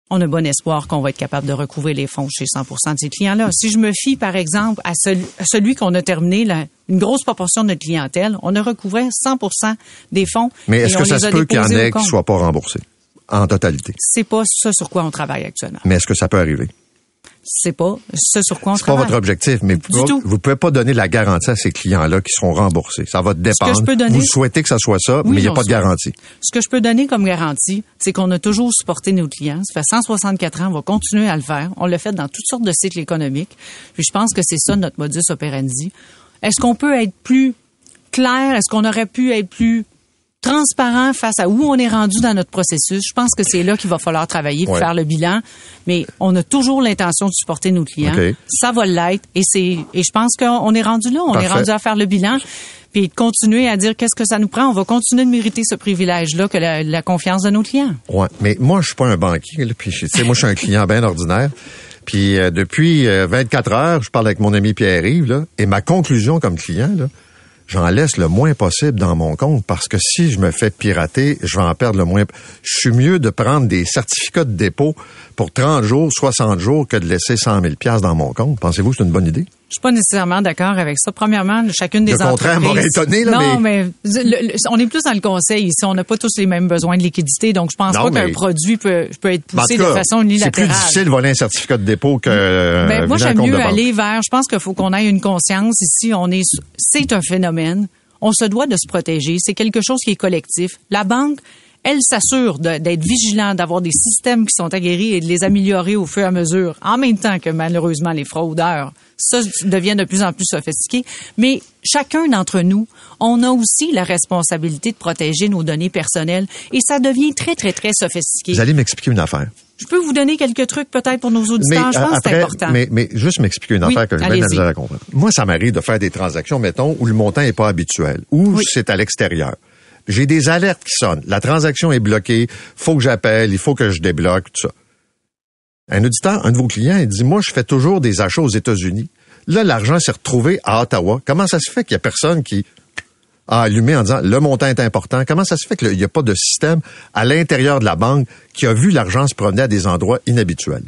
on a bon espoir qu'on va être capable de recouvrer les fonds chez cent pour cent de ces clients-là. Si je me fie, par exemple, à celui, à celui qu'on a terminé, là, une grosse proportion de notre clientèle, on a recouvré cent pour cent des fonds. Mais est-ce que ça se peut qu'il y en ait qui ne soient pas remboursés en totalité? C'est pas ça sur quoi on travaille actuellement. Mais est-ce que ça peut arriver? C'est pas ce sur quoi on c'est travaille. C'est pas votre objectif, mais vous, vous pouvez pas donner la garantie à ces clients-là qui seront remboursés. Ça va dépendre. Ce que je peux donner, vous souhaitez que ça soit ça, oui, mais il n'y a pas de garantie. Ce que je peux donner comme garantie, c'est qu'on a toujours supporté nos clients. Ça fait cent soixante-quatre ans, on va continuer à le faire. On l'a fait dans toutes sortes de cycles économiques. Puis je pense que c'est ça notre modus operandi. Est-ce qu'on peut être plus clair? Est-ce qu'on aurait pu être plus transparent face à où on est rendu dans notre processus? Je pense que c'est là qu'il va falloir travailler pour ouais. faire le bilan. Mais on a toujours l'intention de supporter nos clients. Okay. Ça va l'être. Et c'est, et je pense qu'on est rendu là. On Parfait. est rendu à faire le bilan. Puis de continuer à dire qu'est-ce que ça nous prend. On va continuer de mériter ce privilège-là que la, la confiance de nos clients. Ouais. Mais moi, je suis pas un banquier, là. Puis, tu sais, moi, je suis un client bien ordinaire. Puis, euh, depuis euh, vingt-quatre heures, je parle avec mon ami Pierre-Yves, là. Et ma conclusion comme client, là, j'en laisse le moins possible dans mon compte parce que si je me fais pirater, je vais en perdre le moins. Je suis mieux de prendre des certificats de dépôt pour trente jours, soixante jours que de laisser cent mille dollars dans mon compte. Pensez-vous que c'est une bonne idée? Je suis pas nécessairement d'accord avec ça. Premièrement, chacune des entreprises... Le contraire m'aurait étonné, là, non, mais... mais le, le, on est plus dans le conseil ici. On n'a pas tous les mêmes besoins de liquidité, donc je pense non, pas mais... qu'un produit peut, peut être poussé cas, de façon unilatérale. C'est plus difficile de voler un certificat de dépôt que... Ben, moi, j'aime mieux aller vers... Je pense qu'il faut qu'on ait une conscience ici. On est, c'est un phénomène. On se doit de se protéger. C'est quelque chose qui est collectif. La banque, elle s'assure de, d'être vigilant, d'avoir des systèmes qui sont aguerris et de les améliorer au fur et à mesure, en même temps que malheureusement les fraudeurs, ça devient de plus en plus sophistiqué. Mais chacun d'entre nous, on a aussi la responsabilité de protéger nos données personnelles et ça devient très, très, très sophistiqué. Vous allez m'expliquer une affaire. Je peux vous donner quelques trucs peut-être pour nos auditeurs. Mais, je pense après, que c'est important. Mais, mais juste m'expliquer une oui, affaire que j'ai bien de la misère à comprendre. Moi, ça m'arrive de faire des transactions, mettons, où le montant n'est pas habituel, ou oui. c'est à l'extérieur. J'ai des alertes qui sonnent. La transaction est bloquée. Faut que j'appelle. Il faut que je débloque, tout ça. Un auditeur, un de vos clients, il dit, moi, je fais toujours des achats aux États-Unis. Là, l'argent s'est retrouvé à Ottawa. Comment ça se fait qu'il y a personne qui a allumé en disant, le montant est important? Comment ça se fait qu'il n'y a pas de système à l'intérieur de la banque qui a vu l'argent se promener à des endroits inhabituels?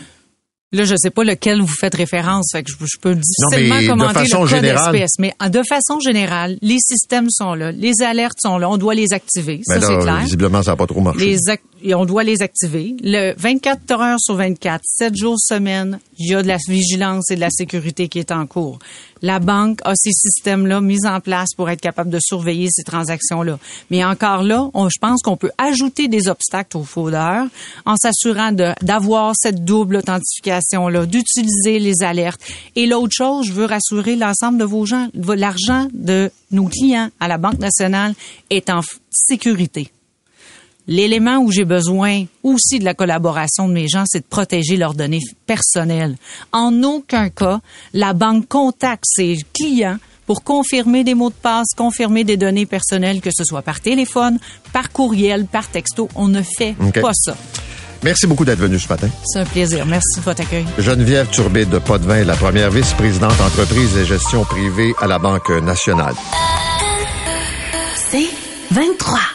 Là, je sais pas lequel vous faites référence, fait que je, je peux difficilement non, commenter le cas générale, d'espèce. Mais de façon générale, les systèmes sont là, les alertes sont là, on doit les activer, mais ça là, c'est clair. Visiblement, ça n'a pas trop marché. Les ac- et on doit les activer. Le vingt-quatre heures sur vingt-quatre, sept jours semaine, il y a de la vigilance et de la sécurité qui est en cours. La banque a ces systèmes-là mis en place pour être capable de surveiller ces transactions-là. Mais encore là, on, je pense qu'on peut ajouter des obstacles aux fraudeurs en s'assurant de, d'avoir cette double authentification-là, d'utiliser les alertes. Et l'autre chose, je veux rassurer l'ensemble de vos gens, l'argent de nos clients à la Banque nationale est en f- sécurité. L'élément où j'ai besoin aussi de la collaboration de mes gens, c'est de protéger leurs données personnelles. En aucun cas, la banque contacte ses clients pour confirmer des mots de passe, confirmer des données personnelles, que ce soit par téléphone, par courriel, par texto. On ne fait okay. pas ça. Merci beaucoup d'être venu ce matin. C'est un plaisir. Merci de votre accueil. Geneviève Turbide de Potvin, la première vice-présidente entreprise et gestion privée à la Banque nationale. C'est vingt-trois.